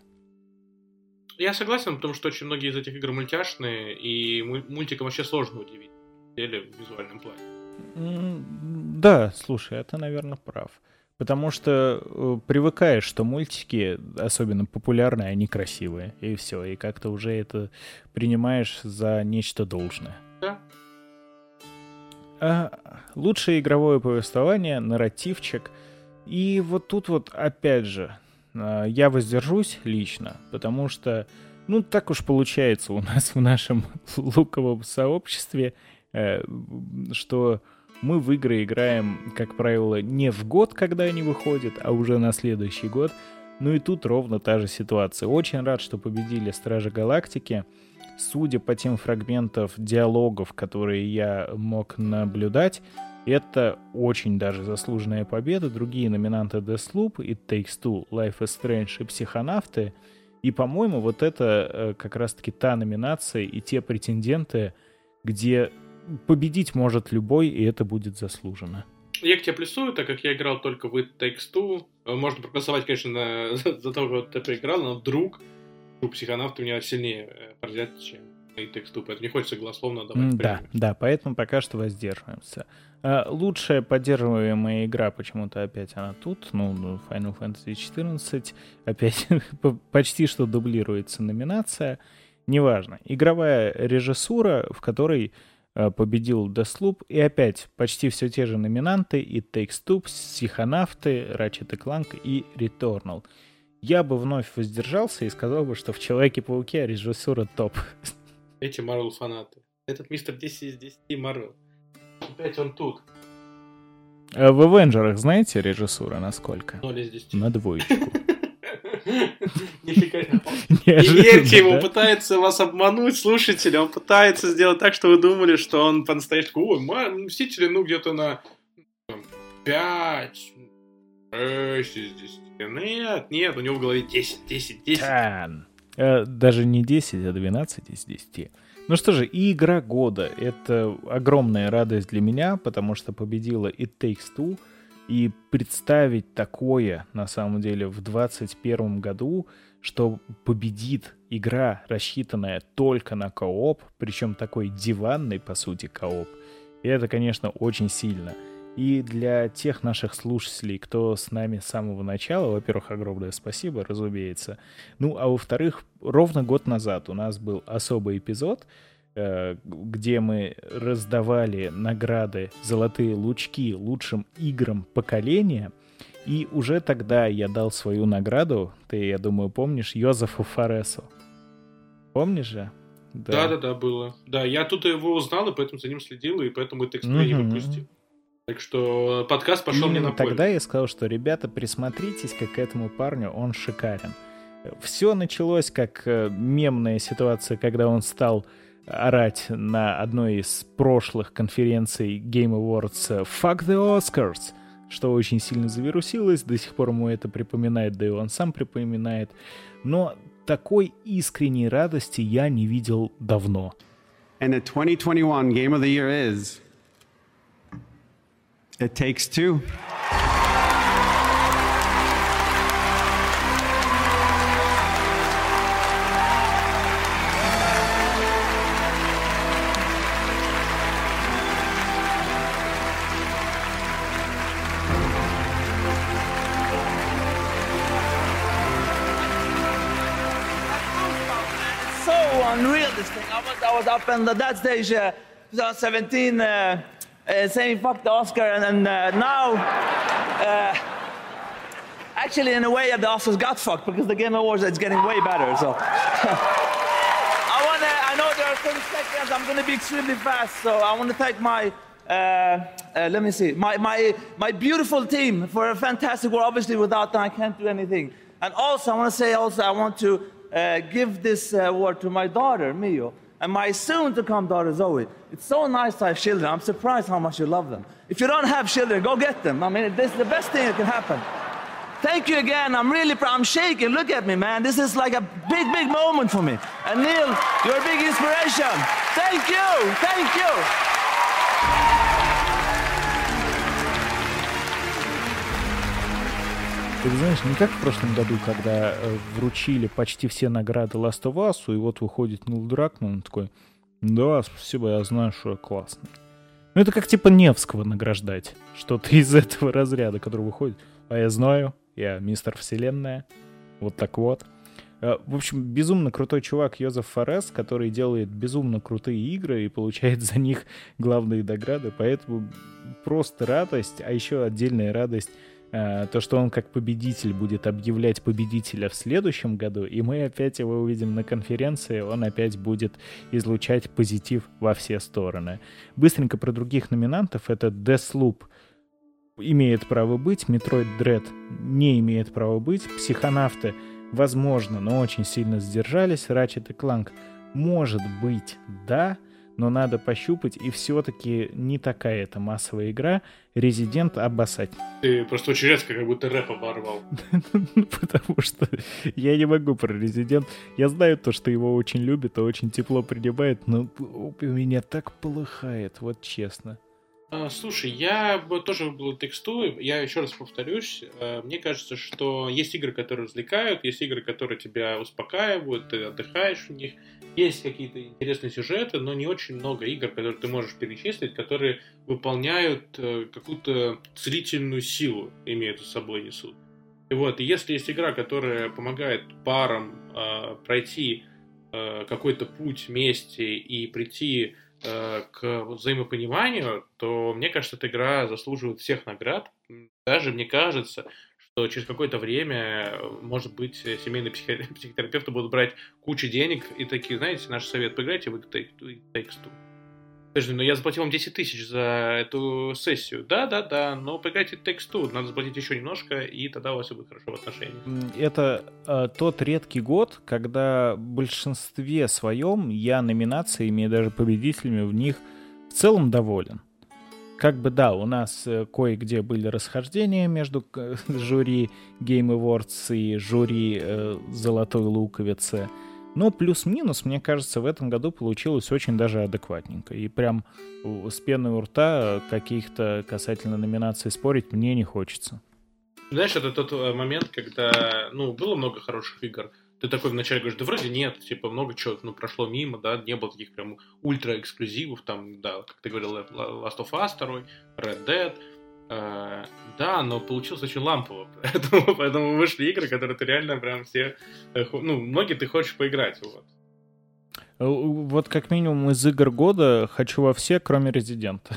Я согласен, потому что очень многие из этих игр мультяшные, и мультикам вообще сложно удивить. Или в визуальном плане. Да, слушай, это, наверное, прав. Потому что э, привыкаешь, что мультики, особенно популярные, они красивые. И все. И как-то уже это принимаешь за нечто должное. Да. А, лучшее игровое повествование, нарративчик. И вот тут вот, опять же, э, я воздержусь лично, потому что, ну, так уж получается у нас в нашем луковом сообществе, что мы в игры играем, как правило, не в год, когда они выходят, а уже на следующий год. Ну и тут ровно та же ситуация. Очень рад, что победили Стражи Галактики. Судя по тем фрагментам диалогов, которые я мог наблюдать, это очень даже заслуженная победа. Другие номинанты Deathloop, It Takes Two, Life is Strange и Психонавты. И, по-моему, вот это как раз-таки та номинация и те претенденты, где победить может любой, и это будет заслуженно. Я к тебе плюсую, так как я играл только в It Takes Two. Можно проголосовать, конечно, на, за, за то, что ты проиграл, но вдруг Психонавты меня сильнее поразят, чем It Takes Two, поэтому не хочется голословно давать. Да, да, поэтому пока что воздерживаемся. Лучшая поддерживаемая игра, почему-то опять она тут, ну, Final Fantasy четырнадцать, опять почти что дублируется номинация, неважно. Игровая режиссура, в которой победил Deathloop, и опять почти все те же номинанты: It Takes Two, Психонавты, Ratchet и Clank и Returnal. Я бы вновь воздержался и сказал бы, что в Человеке-пауке режиссура топ. Эти Марвел фанаты. Этот мистер десять из десяти Марвел. Опять он тут. А в «Авенджерах» знаете режиссура насколько? ноль из десяти. На двоечку. Не верьте ему, пытается вас обмануть, слушатели. Он пытается сделать так, что вы думали, что он по-настоящему... Ой, Мстители, ну, где-то на пять, шесть из десяти. Нет, нет, у него в голове десять, десять, десять. Даже не десять, а двенадцать из десяти. Ну что же, и игра года. Это огромная радость для меня, потому что победила It Takes Two. И представить такое, на самом деле, в двадцать первом году, что победит игра, рассчитанная только на кооп, причем такой диванный, по сути, кооп, и это, конечно, очень сильно. И для тех наших слушателей, кто с нами с самого начала, во-первых, огромное спасибо, разумеется. Ну, а во-вторых, ровно год назад у нас был особый эпизод, где мы раздавали награды «Золотые лучки» лучшим играм поколения. И уже тогда я дал свою награду, ты, я думаю, помнишь, Йозефу Фаресу. Помнишь же? Да-да-да, было. Да, я тут его узнал, и поэтому за ним следил, и поэтому это эксперимент не пропустил. Так что подкаст пошел мне на пользу. Тогда я сказал, что, ребята, присмотритесь как к этому парню, он шикарен. Все началось как мемная ситуация, когда он стал орать на одной из прошлых конференций Game Awards «Fuck the Oscars», что очень сильно завирусилось, до сих пор ему это припоминает, да и он сам припоминает. Но такой искренней радости я не видел давно. And the twenty twenty-one Game of the Year is It Takes Two. Unreal, this thing. I was, I was up on the, that stage uh, twenty seventeen uh, uh, saying fuck the Oscar, and, and uh, now, uh, actually, in a way, the Oscars got fucked because the Game Awards is getting way better. So, I want to. I know there are thirty seconds. I'm going to be extremely fast. So, I want to thank my. Uh, uh, let me see. My my my beautiful team for a fantastic work. Obviously, without them, I can't do anything. And also, I want to say also, I want to. Uh, give this uh, award to my daughter, Mio, and my soon-to-come daughter, Zoe. It's so nice to have children. I'm surprised how much you love them. If you don't have children, go get them. I mean, this is the best thing that can happen. Thank you again. I'm really proud. I'm shaking. Look at me, man. This is like a big, big moment for me. And Neil, you're a big inspiration. Thank you. Thank you. Ты знаешь, не как в прошлом году, когда э, вручили почти все награды Last of Us, и вот выходит Нил Дракман, он такой, да, спасибо, я знаю, что я классный. Ну это как типа Невского награждать, что-то из этого разряда, который выходит, а я знаю, я мистер Вселенная, вот так вот. Э, в общем, безумно крутой чувак Йозеф Фарес, который делает безумно крутые игры и получает за них главные награды, поэтому просто радость, а еще отдельная радость, то, что он как победитель будет объявлять победителя в следующем году, и мы опять его увидим на конференции, он опять будет излучать позитив во все стороны. Быстренько про других номинантов. Это Deathloop имеет право быть, Metroid Dread не имеет права быть, Психонавты, возможно, но очень сильно сдержались, Ratchet и Clank, может быть, да, но надо пощупать, и все-таки не такая это массовая игра. Резидент обоссать. Ты просто очень резко, как будто рэп оборвал. Потому что я не могу про Резидент. Я знаю то, что его очень любят, и очень тепло принимает, но у меня так полыхает, вот честно. А, слушай, я тоже был текстую, я еще раз повторюсь, мне кажется, что есть игры, которые развлекают, есть игры, которые тебя успокаивают, ты отдыхаешь в них, есть какие-то интересные сюжеты, но не очень много игр, которые ты можешь перечислить, которые выполняют какую-то целительную силу, имеют за собой, несут. И вот, и если есть игра, которая помогает парам э, пройти э, какой-то путь вместе и прийти к взаимопониманию, то, мне кажется, эта игра заслуживает всех наград. Даже мне кажется, что через какое-то время, может быть, семейные психи- психотерапевты будут брать кучу денег и такие, знаете, наш совет, поиграйте в Take-Two и Takes-Two. Подожди, ну я заплатил вам десять тысяч за эту сессию. Да-да-да, но поиграйте в Takes-Two, надо заплатить еще немножко, и тогда у вас все будет хорошо в отношениях. Это э, тот редкий год, когда в большинстве своем я номинациями и даже победителями в них в целом доволен. Как бы да, у нас э, кое-где были расхождения между э, жюри Game Awards и жюри э, Золотой Луковицы. Но плюс-минус, мне кажется, в этом году получилось очень даже адекватненько. И прям с пеной у рта каких-то касательно номинаций спорить мне не хочется. Знаешь, это тот момент, когда, ну, было много хороших игр. Ты такой вначале говоришь, да вроде нет, типа много чего, ну, прошло мимо, да, не было таких прям ультра-эксклюзивов, там, да, как ты говорил, Last of Us два, Red Dead. Uh, да, но получилось очень лампово, поэтому, поэтому вышли игры, которые ты реально прям все, ну, многие ты хочешь поиграть, вот. Вот как минимум из игр года хочу во все, кроме Резидента.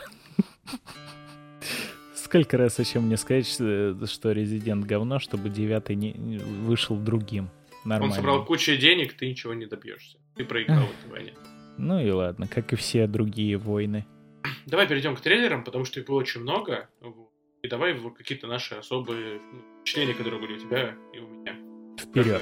Сколько раз еще мне сказать, что, что Резидент говно, чтобы девятый не вышел другим. Нормально. Он собрал кучу денег, ты ничего не добьешься. Ты проиграл в этой войне. Ну и ладно, как и все другие войны. Давай перейдем к трейлерам, потому что их было очень много. И давай в какие-то наши особые впечатления, которые были у тебя и у меня. Вперед.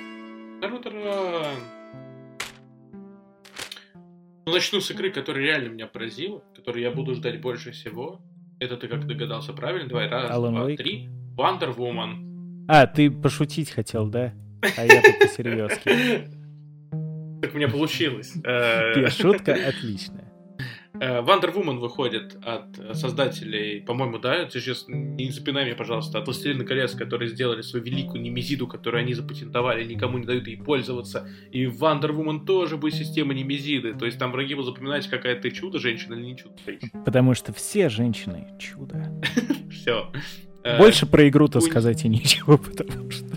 Ну, начну с игры, которая реально меня поразила, которую я буду ждать больше всего. Это ты как догадался правильно? Давай, раз, Alan два, Wake. три. Wonder Woman. А, ты пошутить хотел, да? А я тут по-серьезки. Так у меня получилось. Шутка отличная. Wonder Woman выходит от создателей, по-моему, да, ты сейчас не запинай меня, пожалуйста, от «Властелина колец», которые сделали свою великую Немезиду, которую они запатентовали, никому не дают ей пользоваться. И в Wonder Woman тоже будет система Немезиды. То есть там враги будут запоминать, какая ты чудо-женщина или не чудо-женщина. Потому что все женщины чудо. Все. Больше про игру-то сказать и нечего, потому что...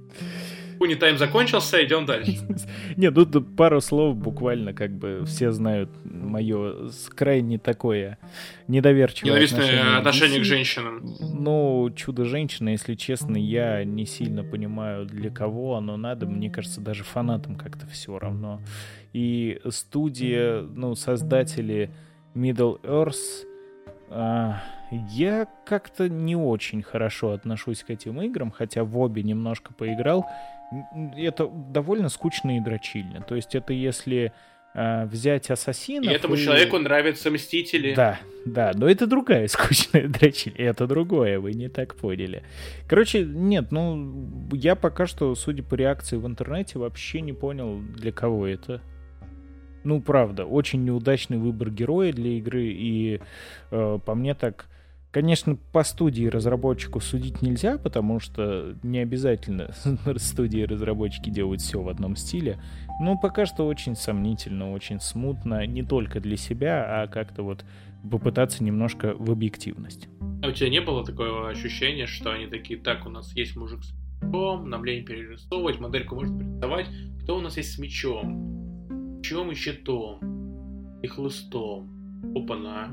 Пуни тайм закончился, идем дальше. Нет, тут пару слов буквально, как бы все знают мое крайне такое недоверчивое ненавистное отношение к женщинам. Ну, «Чудо-женщина», если честно, я не сильно понимаю, для кого оно надо. Мне кажется, даже фанатам как-то все равно. И студия, ну, создатели Middle Earth... А... Я как-то не очень хорошо отношусь к этим играм, хотя в обе немножко поиграл. Это довольно скучно и дрочильно. То есть это если э, взять Ассасинов... И этому и... человеку нравятся Мстители. Да, да, но это другая скучная дрочильня. Это другое, вы не так поняли. Короче, нет, ну, я пока что, судя по реакции в интернете, вообще не понял, для кого это. Ну, правда, очень неудачный выбор героя для игры, и э, по мне так... Конечно, по студии разработчику судить нельзя, потому что не обязательно студии разработчики делают все в одном стиле. Но пока что очень сомнительно, очень смутно, не только для себя, а как-то вот попытаться немножко в объективность. А у тебя не было такого ощущения, что они такие, так, у нас есть мужик с мечом, нам лень перерисовывать, модельку можно перерисовать, кто у нас есть с мечом? Мечом и щитом, и хлыстом. Опа-на.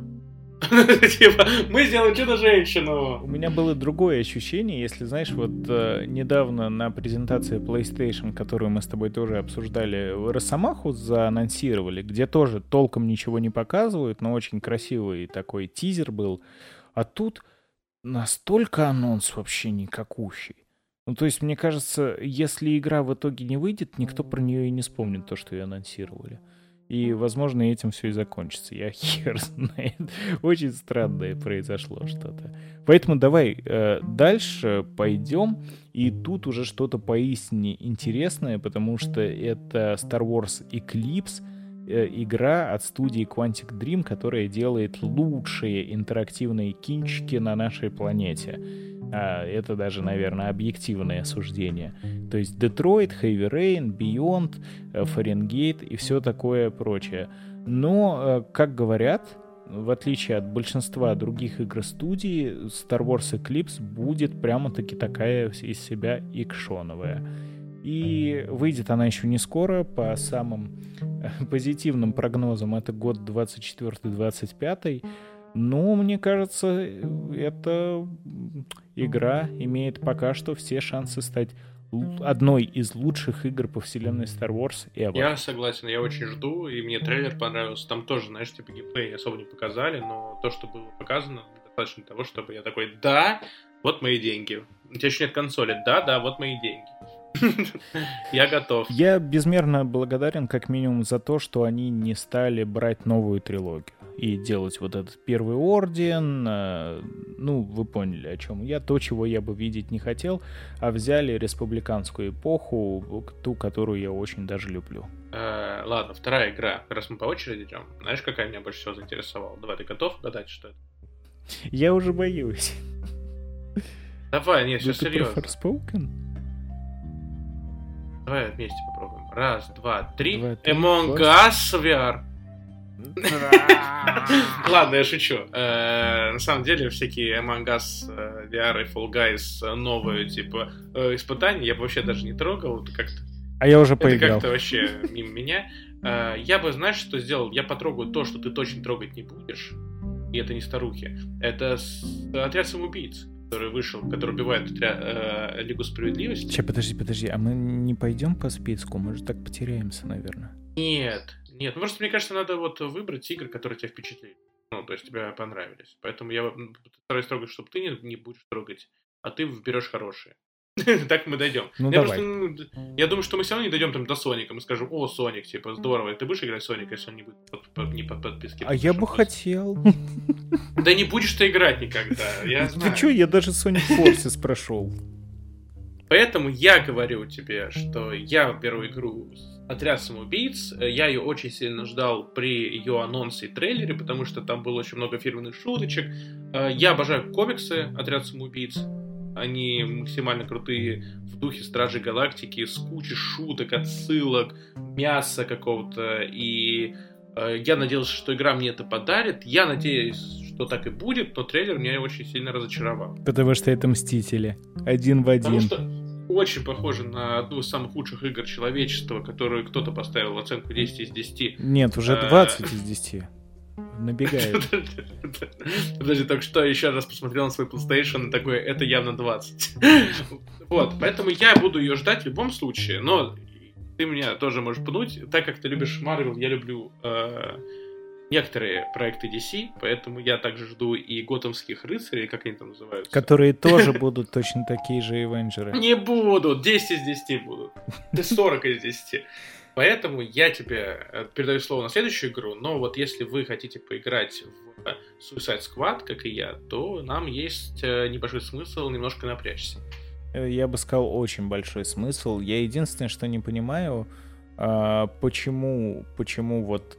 Типа, мы сделаем Чудо-женщину. У меня было другое ощущение, если, знаешь, вот э, недавно на презентации PlayStation, которую мы с тобой тоже обсуждали, Росомаху заанонсировали, где тоже толком ничего не показывают, но очень красивый такой тизер был. А тут настолько анонс вообще никакущий. Ну, то есть, мне кажется, если игра в итоге не выйдет, никто про нее и не вспомнит то, что ее анонсировали. И, возможно, этим все и закончится. Я хер знает. Очень странное произошло что-то. Поэтому давай э, дальше пойдем. И тут уже что-то поистине интересное, потому что это Star Wars Eclipse, э, игра от студии Quantic Dream, которая делает лучшие интерактивные кинчики на нашей планете. А, это даже, наверное, объективное суждение. То есть Detroit, Heavy Rain, Beyond, Fahrenheit и все такое прочее. Но, как говорят, в отличие от большинства других игр студии, Star Wars Eclipse будет прямо-таки такая из себя экшоновая. И выйдет она еще не скоро, по самым позитивным прогнозам, это год двадцать четвёртый - двадцать пятый. Ну, мне кажется, эта игра имеет пока что все шансы стать одной из лучших игр по вселенной Star Wars ever. Я согласен, я очень жду, и мне трейлер понравился. Там тоже, знаешь, типа геймплей особо не показали, но то, что было показано, достаточно того, чтобы я такой, да, вот мои деньги. У тебя еще нет консоли, да, да, вот мои деньги. Я готов. Я безмерно благодарен как минимум за то, что они не стали брать новую трилогию и делать вот этот Первый Орден. Ну, вы поняли, о чем я. То, чего я бы видеть не хотел, а взяли республиканскую эпоху, ту, которую я очень даже люблю. Э, ладно, вторая игра. Раз мы по очереди идем, знаешь, какая меня больше всего заинтересовала? Давай, ты готов гадать, что это? Я уже боюсь. Давай, нет, все Ты серьезно. про Forspoken? Давай вместе попробуем. Раз, два, три. Два, три. Among Us ви ар. Ладно, я шучу. На самом деле, всякие Among Us ви ар и Fall Guys новые, типа, испытания я бы вообще даже не трогал. Это как-то... А я уже Это поиграл. как-то вообще мимо меня. Я бы, знаешь, что сделал? Я потрогаю то, что ты точно трогать не будешь. И это не старухи. Это отряд самоубийц, который вышел, который убивает отряд, э, Лигу Справедливости. Сейчас, подожди, подожди, а мы не пойдем по списку? Мы же так потеряемся, наверное. Нет, нет, ну, просто мне кажется, надо вот выбрать игры, которые тебя впечатлили. Ну, то есть тебе понравились. Поэтому я стараюсь трогать, чтобы ты не, не будешь трогать, а ты выберешь хорошие. Так мы дойдем. Ну, я, давай. просто, ну, я думаю, что мы все равно не дойдем там до Соника. Мы скажем, о, Соник, типа, здорово. Ты будешь играть в Соника, если он не будет под, под, не под подписке? А я бы хотел. Да не будешь ты играть никогда, я знаю. Ты чё, я даже Sonic Forces прошел. Поэтому я говорю тебе, что я первую игру «Отряд самоубийц», я ее очень сильно ждал при ее анонсе и трейлере, потому что там было очень много фирменных шуточек. Я обожаю комиксы «Отряд самоубийц». Они максимально крутые в духе Стражей Галактики, с кучей шуток, отсылок, мяса какого-то. И э, я надеялся, что игра мне это подарит. Я надеюсь, что так и будет, но трейлер меня очень сильно разочаровал. Потому что это Мстители. Один в один. Потому что очень похоже на одну из самых лучших игр человечества, которую кто-то поставил оценку десять из десяти. Нет, уже двадцать из десяти. Набегает. Подожди, только что еще раз посмотрел на свой PlayStation и такой, это явно двадцать. Вот, поэтому я буду ее ждать в любом случае, но ты меня тоже можешь пнуть, так как ты любишь Marvel, я люблю э, некоторые проекты ди си, поэтому я также жду и Готэмских рыцарей, как они там называются. Которые тоже будут точно такие же Авенджеры. Не будут, десять из десяти будут, сорок из десяти. Поэтому я тебе передаю слово на следующую игру, но вот если вы хотите поиграть в Suicide Squad, как и я, то нам есть небольшой смысл немножко напрячься. Я бы сказал, очень большой смысл. Я единственное, что не понимаю, почему, почему вот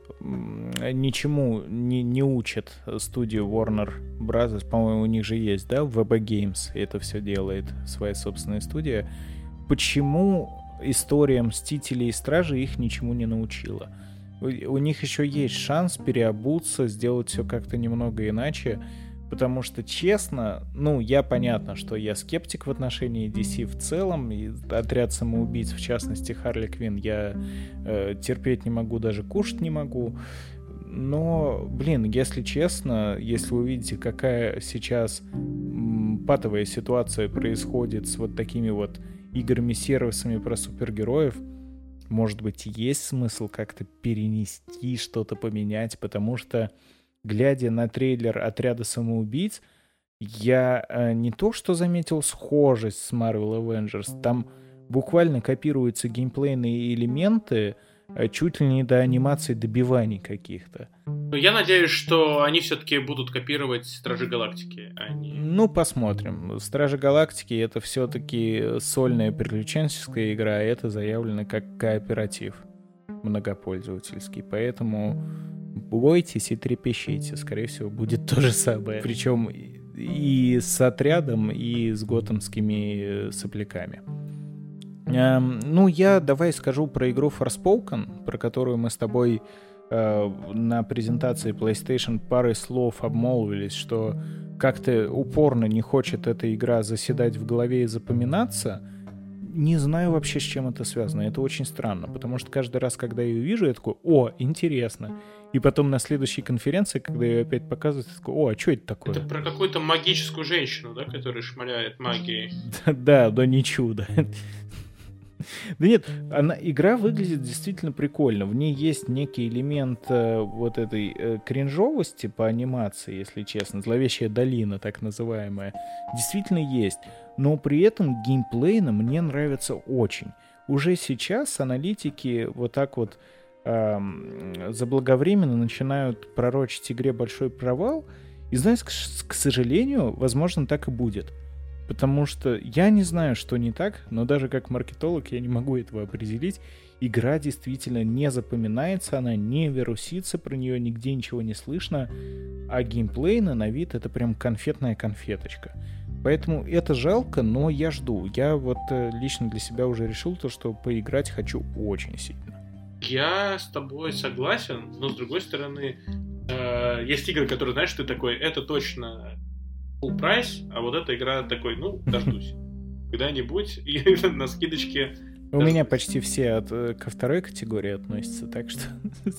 ничему не, не учат студию Warner Brothers, по-моему, у них же есть, да, ви би Games, это все делает, своя собственная студия. Почему история Мстителей и Стражей их ничему не научила? У, у них еще есть шанс переобуться, сделать все как-то немного иначе, потому что, честно, ну, я понятно, что я скептик в отношении ди си в целом, и Отряд самоубийц, в частности, Харли Квинн, я э, терпеть не могу, даже кушать не могу. Но, блин, если честно, если вы видите, какая сейчас м, патовая ситуация происходит с вот такими вот играми-сервисами про супергероев, может быть, есть смысл как-то перенести, что-то поменять, потому что, глядя на трейлер «Отряда самоубийц», я э, не то что заметил схожесть с Marvel Avengers, там буквально копируются геймплейные элементы, э, чуть ли не до анимации добиваний каких-то. Ну, я надеюсь, что они все-таки будут копировать Стражи Галактики, а не... Ну, посмотрим. Стражи Галактики — это все-таки сольная приключенческая игра, а это заявлено как кооператив многопользовательский, поэтому бойтесь и трепещите, скорее всего, будет то же самое. Причем и с отрядом, и с готэмскими сопляками. Эм, ну, я давай скажу про игру Forspoken, про которую мы с тобой э, на презентации PlayStation парой слов обмолвились, что как-то упорно не хочет эта игра заседать в голове и запоминаться. не знаю вообще, с чем это связано. Это очень странно, потому что каждый раз, когда я ее вижу, я такой, о, интересно. И потом на следующей конференции, когда ее опять показывают, я такой, о, а что это такое? Это про какую-то магическую женщину, да, которая шмаляет магией. Да, да, не чудо. Да нет, она, игра выглядит действительно прикольно. В ней есть некий элемент э, вот этой э, кринжовости по анимации, если честно. Зловещая долина, так называемая. Действительно есть. Но при этом геймплейно мне нравится очень. Уже сейчас аналитики вот так вот э, заблаговременно начинают пророчить игре большой провал. И знаешь, к, к сожалению, возможно, так и будет. Потому что я не знаю, что не так, но даже как маркетолог я не могу этого определить. Игра действительно не запоминается, она не вирусится, про нее нигде ничего не слышно, а геймплейно на вид это прям конфетная конфеточка. Поэтому это жалко, но я жду. Я вот лично для себя уже решил то, что поиграть хочу очень сильно. Я с тобой согласен, но с другой стороны, э, есть игры, которые, знаешь, ты такой, это точно... full прайс, а вот эта игра такой, ну, дождусь. Когда-нибудь и на скидочке... У дождусь. Меня почти все от, ко второй категории относятся, так что...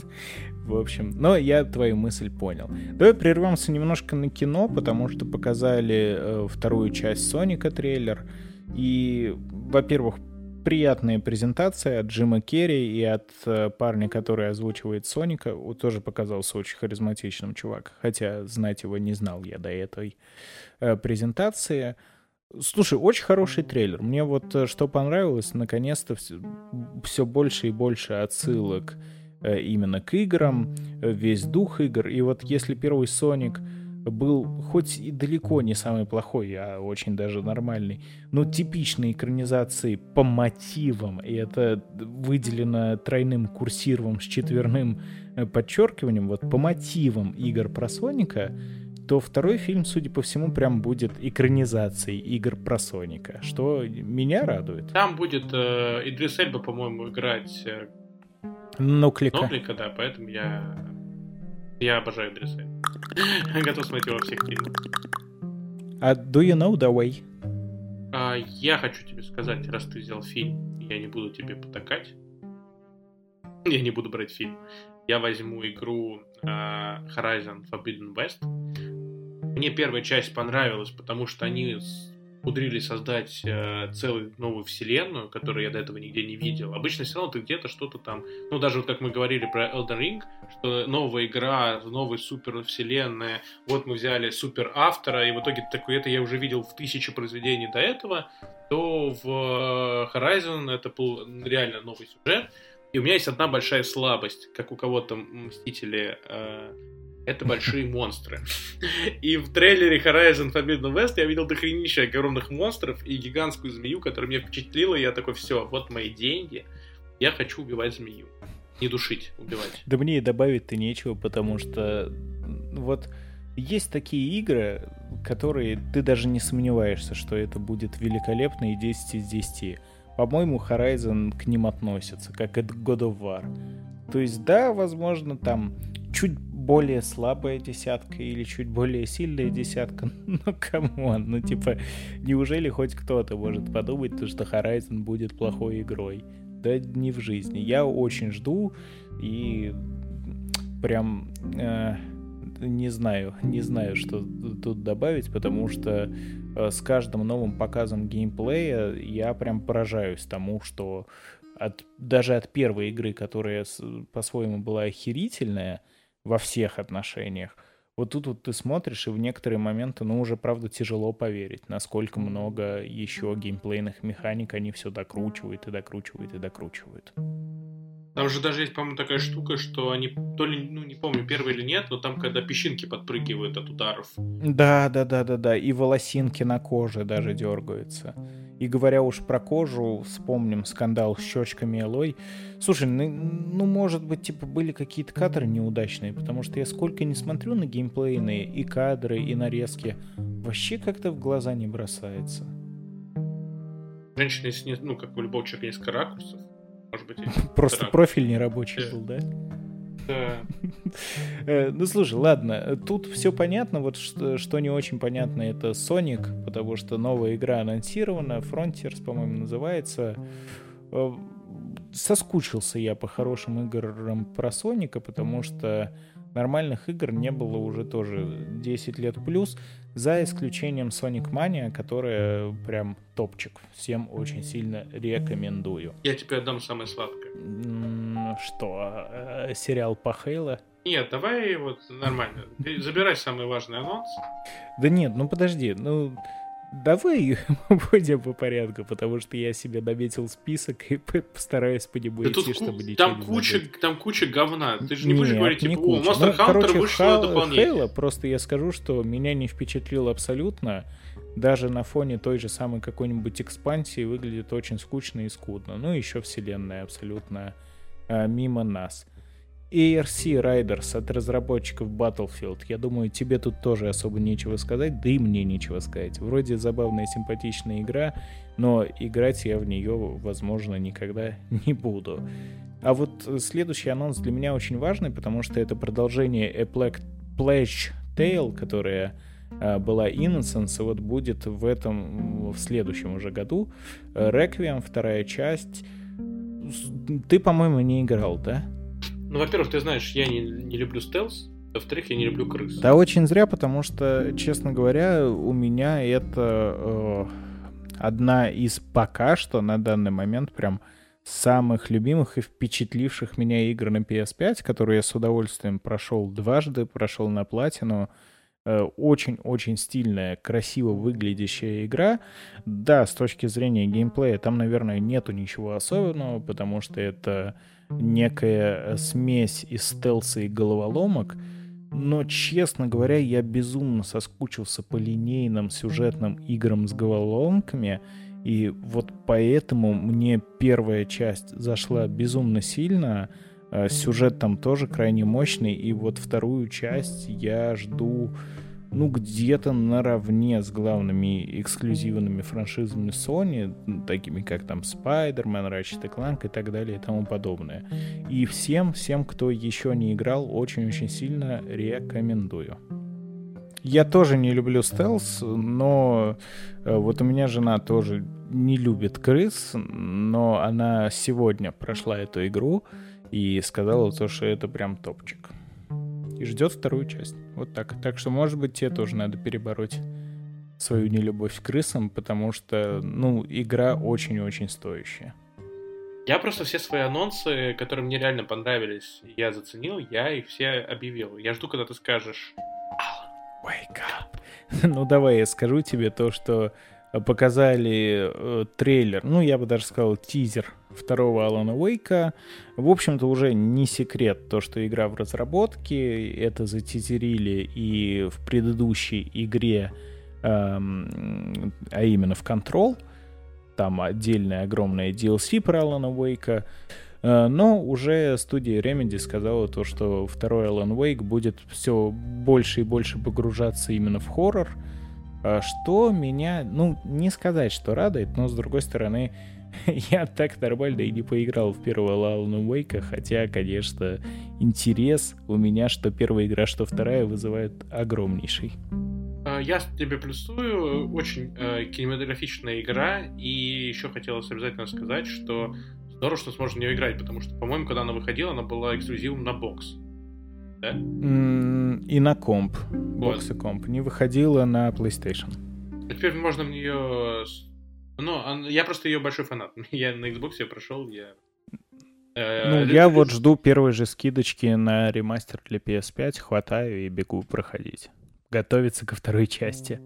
В общем, но я твою мысль понял. Давай прервемся немножко на кино, потому что показали э, вторую часть Соника трейлер. И, во-первых, приятная презентация от Джима Керри и от э, парня, который озвучивает Соника. Он тоже показался очень харизматичным чувак, хотя знать его не знал я до этой э, презентации. Слушай, очень хороший трейлер. Мне вот э, что понравилось, наконец-то все, все больше и больше отсылок э, именно к играм, э, весь дух игр. И вот если первый Соник был хоть и далеко не самый плохой, а очень даже нормальный, но типичной экранизацией по мотивам, и это выделено тройным курсивом с четверным подчеркиванием, вот по мотивам игр про Соника, то второй фильм, судя по всему, прям будет экранизацией игр про Соника, что меня радует. Там будет э, Идрис Эльба, по-моему, играть э, Ноклика. Ноклика, да, поэтому я... Я обожаю Идрис Эльбу. Готов смотреть его во всех фильмах. А do you know the way? А, я хочу тебе сказать, раз ты взял фильм, я не буду тебе потакать. Я не буду брать фильм. Я возьму игру uh, Horizon Forbidden West. Мне первая часть понравилась, потому что они умудрились создать э, целую новую вселенную, которую я до этого нигде не видел. Обычно все равно ты где-то что-то там... Ну, даже вот как мы говорили про Elden Ring, что новая игра, новая супер вселенная, вот мы взяли супер автора, и в итоге такое, это я уже видел в тысячи произведений до этого, то в Horizon это был реально новый сюжет. И у меня есть одна большая слабость, как у кого-то Мстители... Э, это большие монстры. И в трейлере Horizon Forbidden West я видел дохренища огромных монстров и гигантскую змею, которая меня впечатлила, и я такой, все, вот мои деньги, я хочу убивать змею. Не душить, убивать. Да мне и добавить-то нечего, потому что вот есть такие игры, которые ты даже не сомневаешься, что это будет великолепно и десять из десяти. По-моему, Horizon к ним относится, как и God of War. То есть, да, возможно, там чуть более слабая десятка или чуть более сильная десятка. Ну, камон, ну, типа, неужели хоть кто-то может подумать, что Horizon будет плохой игрой? Да не в жизни. Я очень жду и прям э, не знаю, не знаю, что тут добавить, потому что э, с каждым новым показом геймплея я прям поражаюсь тому, что от, даже от первой игры, которая по-своему была охерительная во всех отношениях, вот тут вот ты смотришь, и в некоторые моменты, ну, уже, правда, тяжело поверить, насколько много еще геймплейных механик они все докручивают и докручивают и докручивают. Там же даже есть, по-моему, такая штука, что они, то ли, ну, не помню, первый или нет, но там, когда песчинки подпрыгивают от ударов. Да, да, да, да, да, и волосинки на коже даже дергаются. И говоря уж про кожу, вспомним скандал с щечками Элой. Слушай, ну, ну, может быть, типа, были какие-то кадры неудачные, потому что я сколько не смотрю на геймплейные и кадры, и нарезки, вообще как-то в глаза не бросается. Женщина, если не, ну, как у любого человека, несколько ракурсов, может быть... Просто профиль нерабочий был, да? Да. Ну, слушай, ладно, тут все понятно, вот что, что не очень понятно, это Sonic, потому что новая игра анонсирована, Frontiers, по-моему, называется. Соскучился я по хорошим играм про Соника, потому что нормальных игр не было уже тоже десять лет плюс, за исключением Sonic Mania, которая прям топчик. Всем очень сильно рекомендую. Я тебе отдам самое сладкое. Что, э, сериал по Хейло? Нет, давай вот нормально. Ты забирай самый важный анонс. Да нет, ну подожди, ну... Давай будем по порядку, потому что я себе наметил список и постараюсь по нему да идти, тут, чтобы ничего там не куча, забыть. Там куча говна. Ты же не Нет, будешь говорить, не типа, о, куча. Monster Ну, Hunter короче, вышло Хал- дополнение. Хейла, просто я скажу, что меня не впечатлил абсолютно. Даже на фоне той же самой какой-нибудь экспансии выглядит очень скучно и скудно. Ну, еще вселенная абсолютно а, мимо нас. эй ар си Riders от разработчиков Battlefield. Я думаю, тебе тут тоже особо нечего сказать, да и мне нечего сказать. Вроде забавная, симпатичная игра, но играть я в нее, возможно, никогда не буду. А вот следующий анонс для меня очень важный, потому что это продолжение A Plague Tale, которая а, была Innocence, и вот будет в этом, в следующем уже году. Requiem, вторая часть. Ты, по-моему, не играл, да? Ну, во-первых, ты знаешь, я не, не люблю стелс, во-вторых, я не люблю крыс. Да, очень зря, потому что, честно говоря, у меня это э, одна из пока что на данный момент прям самых любимых и впечатливших меня игр на пи эс пять, которую я с удовольствием прошел дважды, прошел на платину. Э, очень-очень стильная, красиво выглядящая игра. Да, с точки зрения геймплея там, наверное, нету ничего особенного, потому что это некая смесь из стелса и головоломок, но, честно говоря, я безумно соскучился по линейным сюжетным играм с головоломками, и вот поэтому мне первая часть зашла безумно сильно, сюжет там тоже крайне мощный, и вот вторую часть я жду, ну, где-то наравне с главными эксклюзивными франшизами Sony, такими как там Spider-Man, Ratchet энд Clank и так далее и тому подобное. И всем, всем, кто еще не играл, очень-очень сильно рекомендую. Я тоже не люблю стелс, но вот у меня жена тоже не любит крыс, но она сегодня прошла эту игру и сказала то, что это прям топчик. И ждет вторую часть. Вот так. Так что, может быть, тебе тоже надо перебороть свою нелюбовь к крысам, потому что, ну, игра очень-очень стоящая. Я просто все свои анонсы, которые мне реально понравились, я заценил, я их все объявил. Я жду, когда ты скажешь Alan, wake up. Ну, давай я скажу тебе то, что показали э, трейлер, ну, я бы даже сказал, тизер второго Алана Уэйка. В общем-то, уже не секрет то, что игра в разработке. Это затизерили и в предыдущей игре, эм, а именно в Control. Там отдельная огромная ди эл си про Алана Уэйка. Э, но уже студия Remedy сказала то, что второй Alan Wake будет все больше и больше погружаться именно в хоррор. Что меня, ну, не сказать, что радует, но, с другой стороны, я так нормально и не поиграл в первого Alan Wake'а, хотя, конечно, интерес у меня, что первая игра, что вторая, вызывает огромнейший. Я тебе плюсую, очень э, кинематографичная игра, и еще хотелось обязательно сказать, что здорово, что сможешь в нее играть, потому что, по-моему, когда она выходила, она была эксклюзивом на бокс. Да? Mm, и на комп. Бокс и комп. Не выходила на PlayStation. А теперь можно в нее... Ну, я просто ее большой фанат. Я на Xbox ее прошел, я... Ну, я вот жду первой же скидочки на ремастер для пи эс пять, хватаю и бегу проходить. Готовиться ко второй части.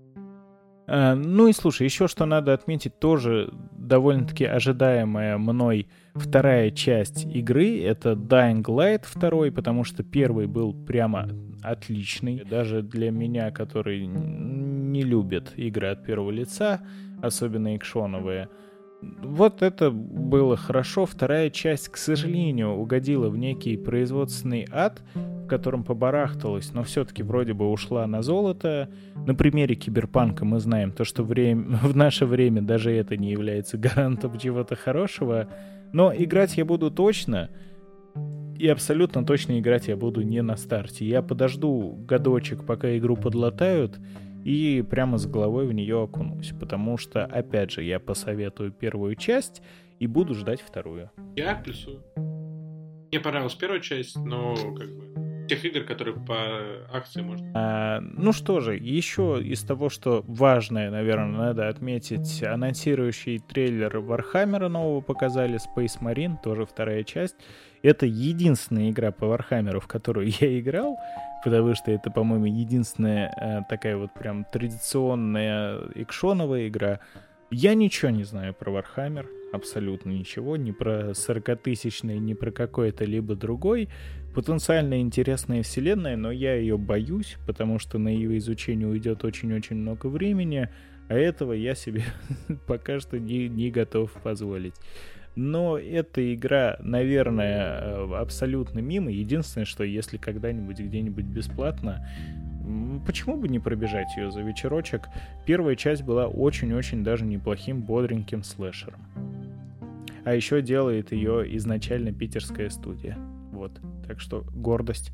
А, ну и слушай, еще что надо отметить, тоже довольно-таки ожидаемая мной вторая часть игры, это Dying Light два, потому что первый был прямо отличный. Даже для меня, который не любит игры от первого лица, особенно экшоновые. Вот это было хорошо. Вторая часть, к сожалению, угодила в некий производственный ад, в котором побарахталась, но все-таки вроде бы ушла на золото. На примере Киберпанка мы знаем то, что время, в наше время даже это не является гарантом чего-то хорошего. Но играть я буду точно. И абсолютно точно играть я буду не на старте. Я подожду годочек, пока игру подлатают, и прямо с головой в нее окунусь. Потому что, опять же, я посоветую первую часть и буду ждать вторую. Я плюсую. Мне понравилась первая часть, но как бы тех игр, которые по акции можно... А, ну что же, еще из того, что важное, наверное, надо отметить, анонсирующий трейлер Вархаммера нового показали, Space Marine, тоже вторая часть. Это единственная игра по Вархаммеру, в которую я играл, потому что это, по-моему, единственная э, такая вот прям традиционная экшоновая игра. Я ничего не знаю про Вархаммер, абсолютно ничего, ни про сорокатысячный, ни про какой-то либо другой. Потенциально интересная вселенная, но я ее боюсь, потому что на ее изучение уйдет очень-очень много времени, а этого я себе пока что не, не готов позволить. Но эта игра, наверное, абсолютно мимо. Единственное, что если когда-нибудь где-нибудь бесплатно, почему бы не пробежать ее за вечерочек? Первая часть была очень-очень даже неплохим, бодреньким слэшером. А еще делает ее изначально питерская студия. Вот. Так что гордость.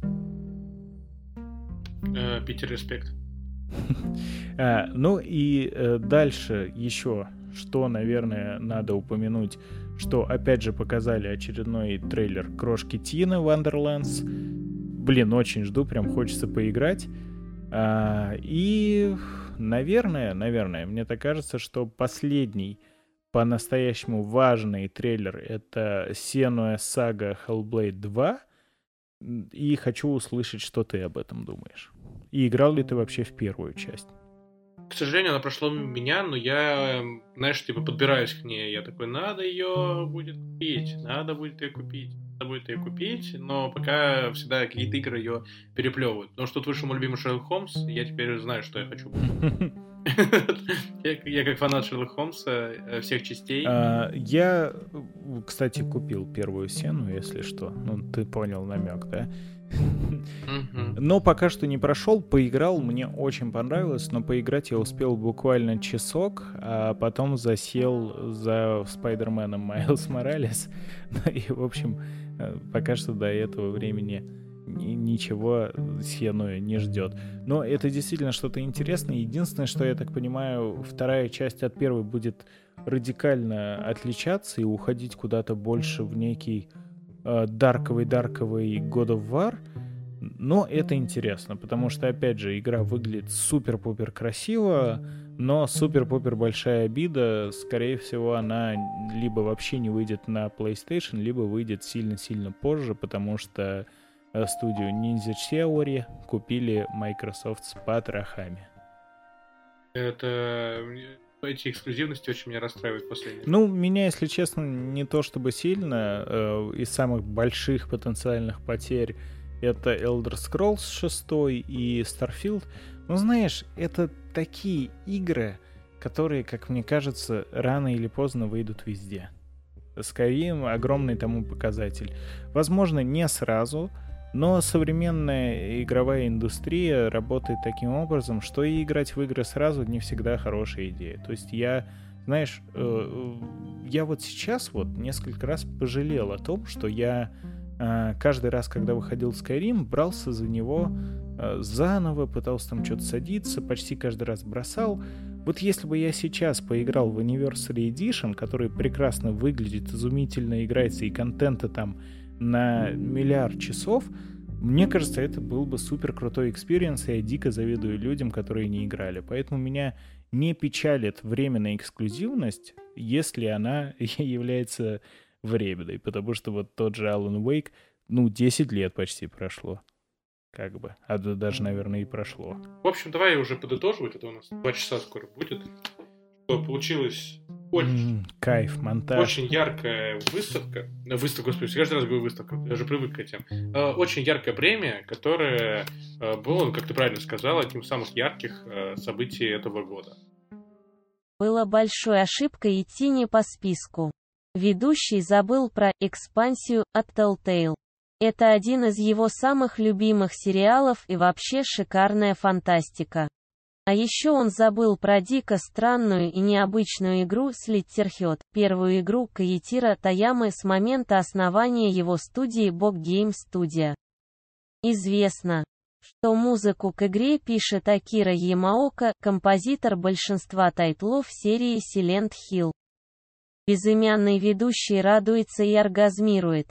Э, Питер, респект. а, ну и э, дальше еще, что, наверное, надо упомянуть, что опять же показали очередной трейлер Крошки Тины Wonderlands. Блин, очень жду, прям хочется поиграть. А, и, наверное, наверное, мне так кажется, что последний по-настоящему важный трейлер — это Senua's Saga Hellblade два. И хочу услышать, что ты об этом думаешь. И играл ли ты вообще в первую часть? К сожалению, она прошла мимо меня, но я, знаешь, типа подбираюсь к ней. Я такой, надо ее будет купить, надо будет ее купить, надо будет ее купить. Но пока всегда какие-то игры ее переплевывают. Потому что тут вышел мой любимый Шерлок Холмс, и я теперь знаю, что я хочу. Я как фанат Шерлока Холмса всех частей. Я, кстати, купил первую Сену, если что. Ну, ты понял намек, да? Но пока что не прошел, поиграл, мне очень понравилось, но поиграть я успел буквально часок, а потом засел за Спайдерменом Майлз Моралес. И, в общем, пока что до этого времени ничего Сену не ждет. Но это действительно что-то интересное. Единственное, что я так понимаю, вторая часть от первой будет радикально отличаться и уходить куда-то больше в некий дарковый-дарковый God of War. Но это интересно, потому что, опять же, игра выглядит супер-пупер красиво, но супер-пупер большая обида. Скорее всего, она либо вообще не выйдет на PlayStation, либо выйдет сильно-сильно позже, потому что студию Ninja Theory купили Microsoft с потрохами. Это... Эти эксклюзивности очень меня расстраивают в последнее время. Ну, меня, если честно, не то чтобы сильно. Э, из самых больших потенциальных потерь это Elder Scrolls шесть и Starfield. Но знаешь, это такие игры, которые, как мне кажется, рано или поздно выйдут везде. Skyrim — огромный тому показатель. Возможно, не сразу, но современная игровая индустрия работает таким образом, что и играть в игры сразу не всегда хорошая идея. То есть я, знаешь, э, я вот сейчас вот несколько раз пожалел о том, что я э, каждый раз, когда выходил Skyrim, брался за него э, заново, пытался там что-то садиться, почти каждый раз бросал. Вот если бы я сейчас поиграл в Anniversary Edition, который прекрасно выглядит, изумительно играется и контента там на миллиард часов, мне кажется, это был бы супер крутой экспириенс, и я дико завидую людям, которые не играли. Поэтому меня не печалит временная эксклюзивность, если она является временной, потому что вот тот же Alan Wake, ну, десять лет почти прошло. Как бы. А даже, наверное, и прошло. В общем, давай уже подытоживать, это у нас два часа скоро будет. Что получилось... Очень, mm, кайф, монтаж. Очень яркая выставка. Выставка, господи, каждый раз говорю выставка, я уже привык к этим. Очень яркая премия, которая была, как ты правильно сказал, одним из самых ярких событий этого года. Было большой ошибкой идти не по списку. Ведущий забыл про экспансию от Telltale. Это один из его самых любимых сериалов и вообще шикарная фантастика. А еще он забыл про дико странную и необычную игру Slitterhead, первую игру Коитиро Тоямы с момента основания его студии Bog Game Studio. Известно, что музыку к игре пишет Акира Ямаока, композитор большинства тайтлов серии Silent Hill. Безымянный ведущий радуется и оргазмирует.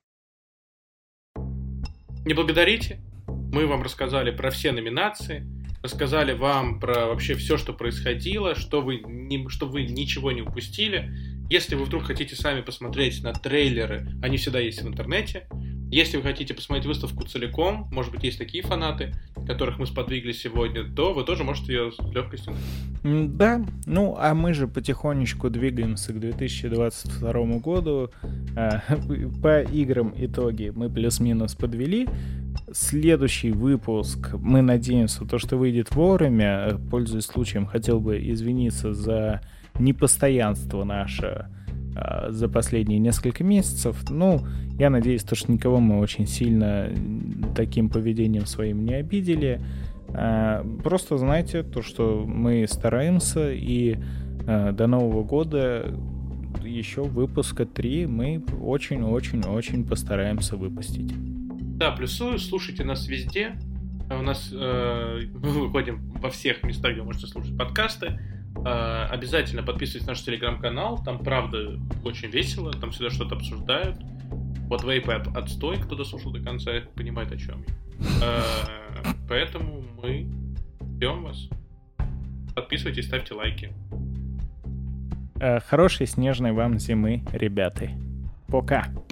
Не благодарите. Мы вам рассказали про все номинации, рассказали вам про вообще все, что происходило, что вы не, чтобы вы ничего не упустили. Если вы вдруг хотите сами посмотреть на трейлеры, они всегда есть в интернете. Если вы хотите посмотреть выставку целиком, может быть, есть такие фанаты, которых мы сподвигли сегодня, то вы тоже можете ее с легкостью найти. Да, ну а мы же потихонечку двигаемся к две тысячи двадцать второму году. По играм итоги мы плюс-минус подвели. Следующий выпуск, мы надеемся, то, что выйдет вовремя. Пользуясь случаем, хотел бы извиниться за непостоянство наше за последние несколько месяцев. Ну, я надеюсь, то, что никого мы очень сильно таким поведением своим не обидели. Просто знайте то, что мы стараемся, и до Нового года еще выпуска три мы очень-очень-очень постараемся выпустить. Да, плюсую, слушайте нас везде. У нас э, мы выходим во всех местах, где вы можете слушать подкасты. Э, обязательно подписывайтесь на наш телеграм-канал. Там, правда, очень весело. Там всегда что-то обсуждают. Вот Вейп отстой, кто дослушал до конца, понимает, о чем я. Э, поэтому мы ждем вас. Подписывайтесь, ставьте лайки. Хорошей снежной вам зимы, ребята. Пока.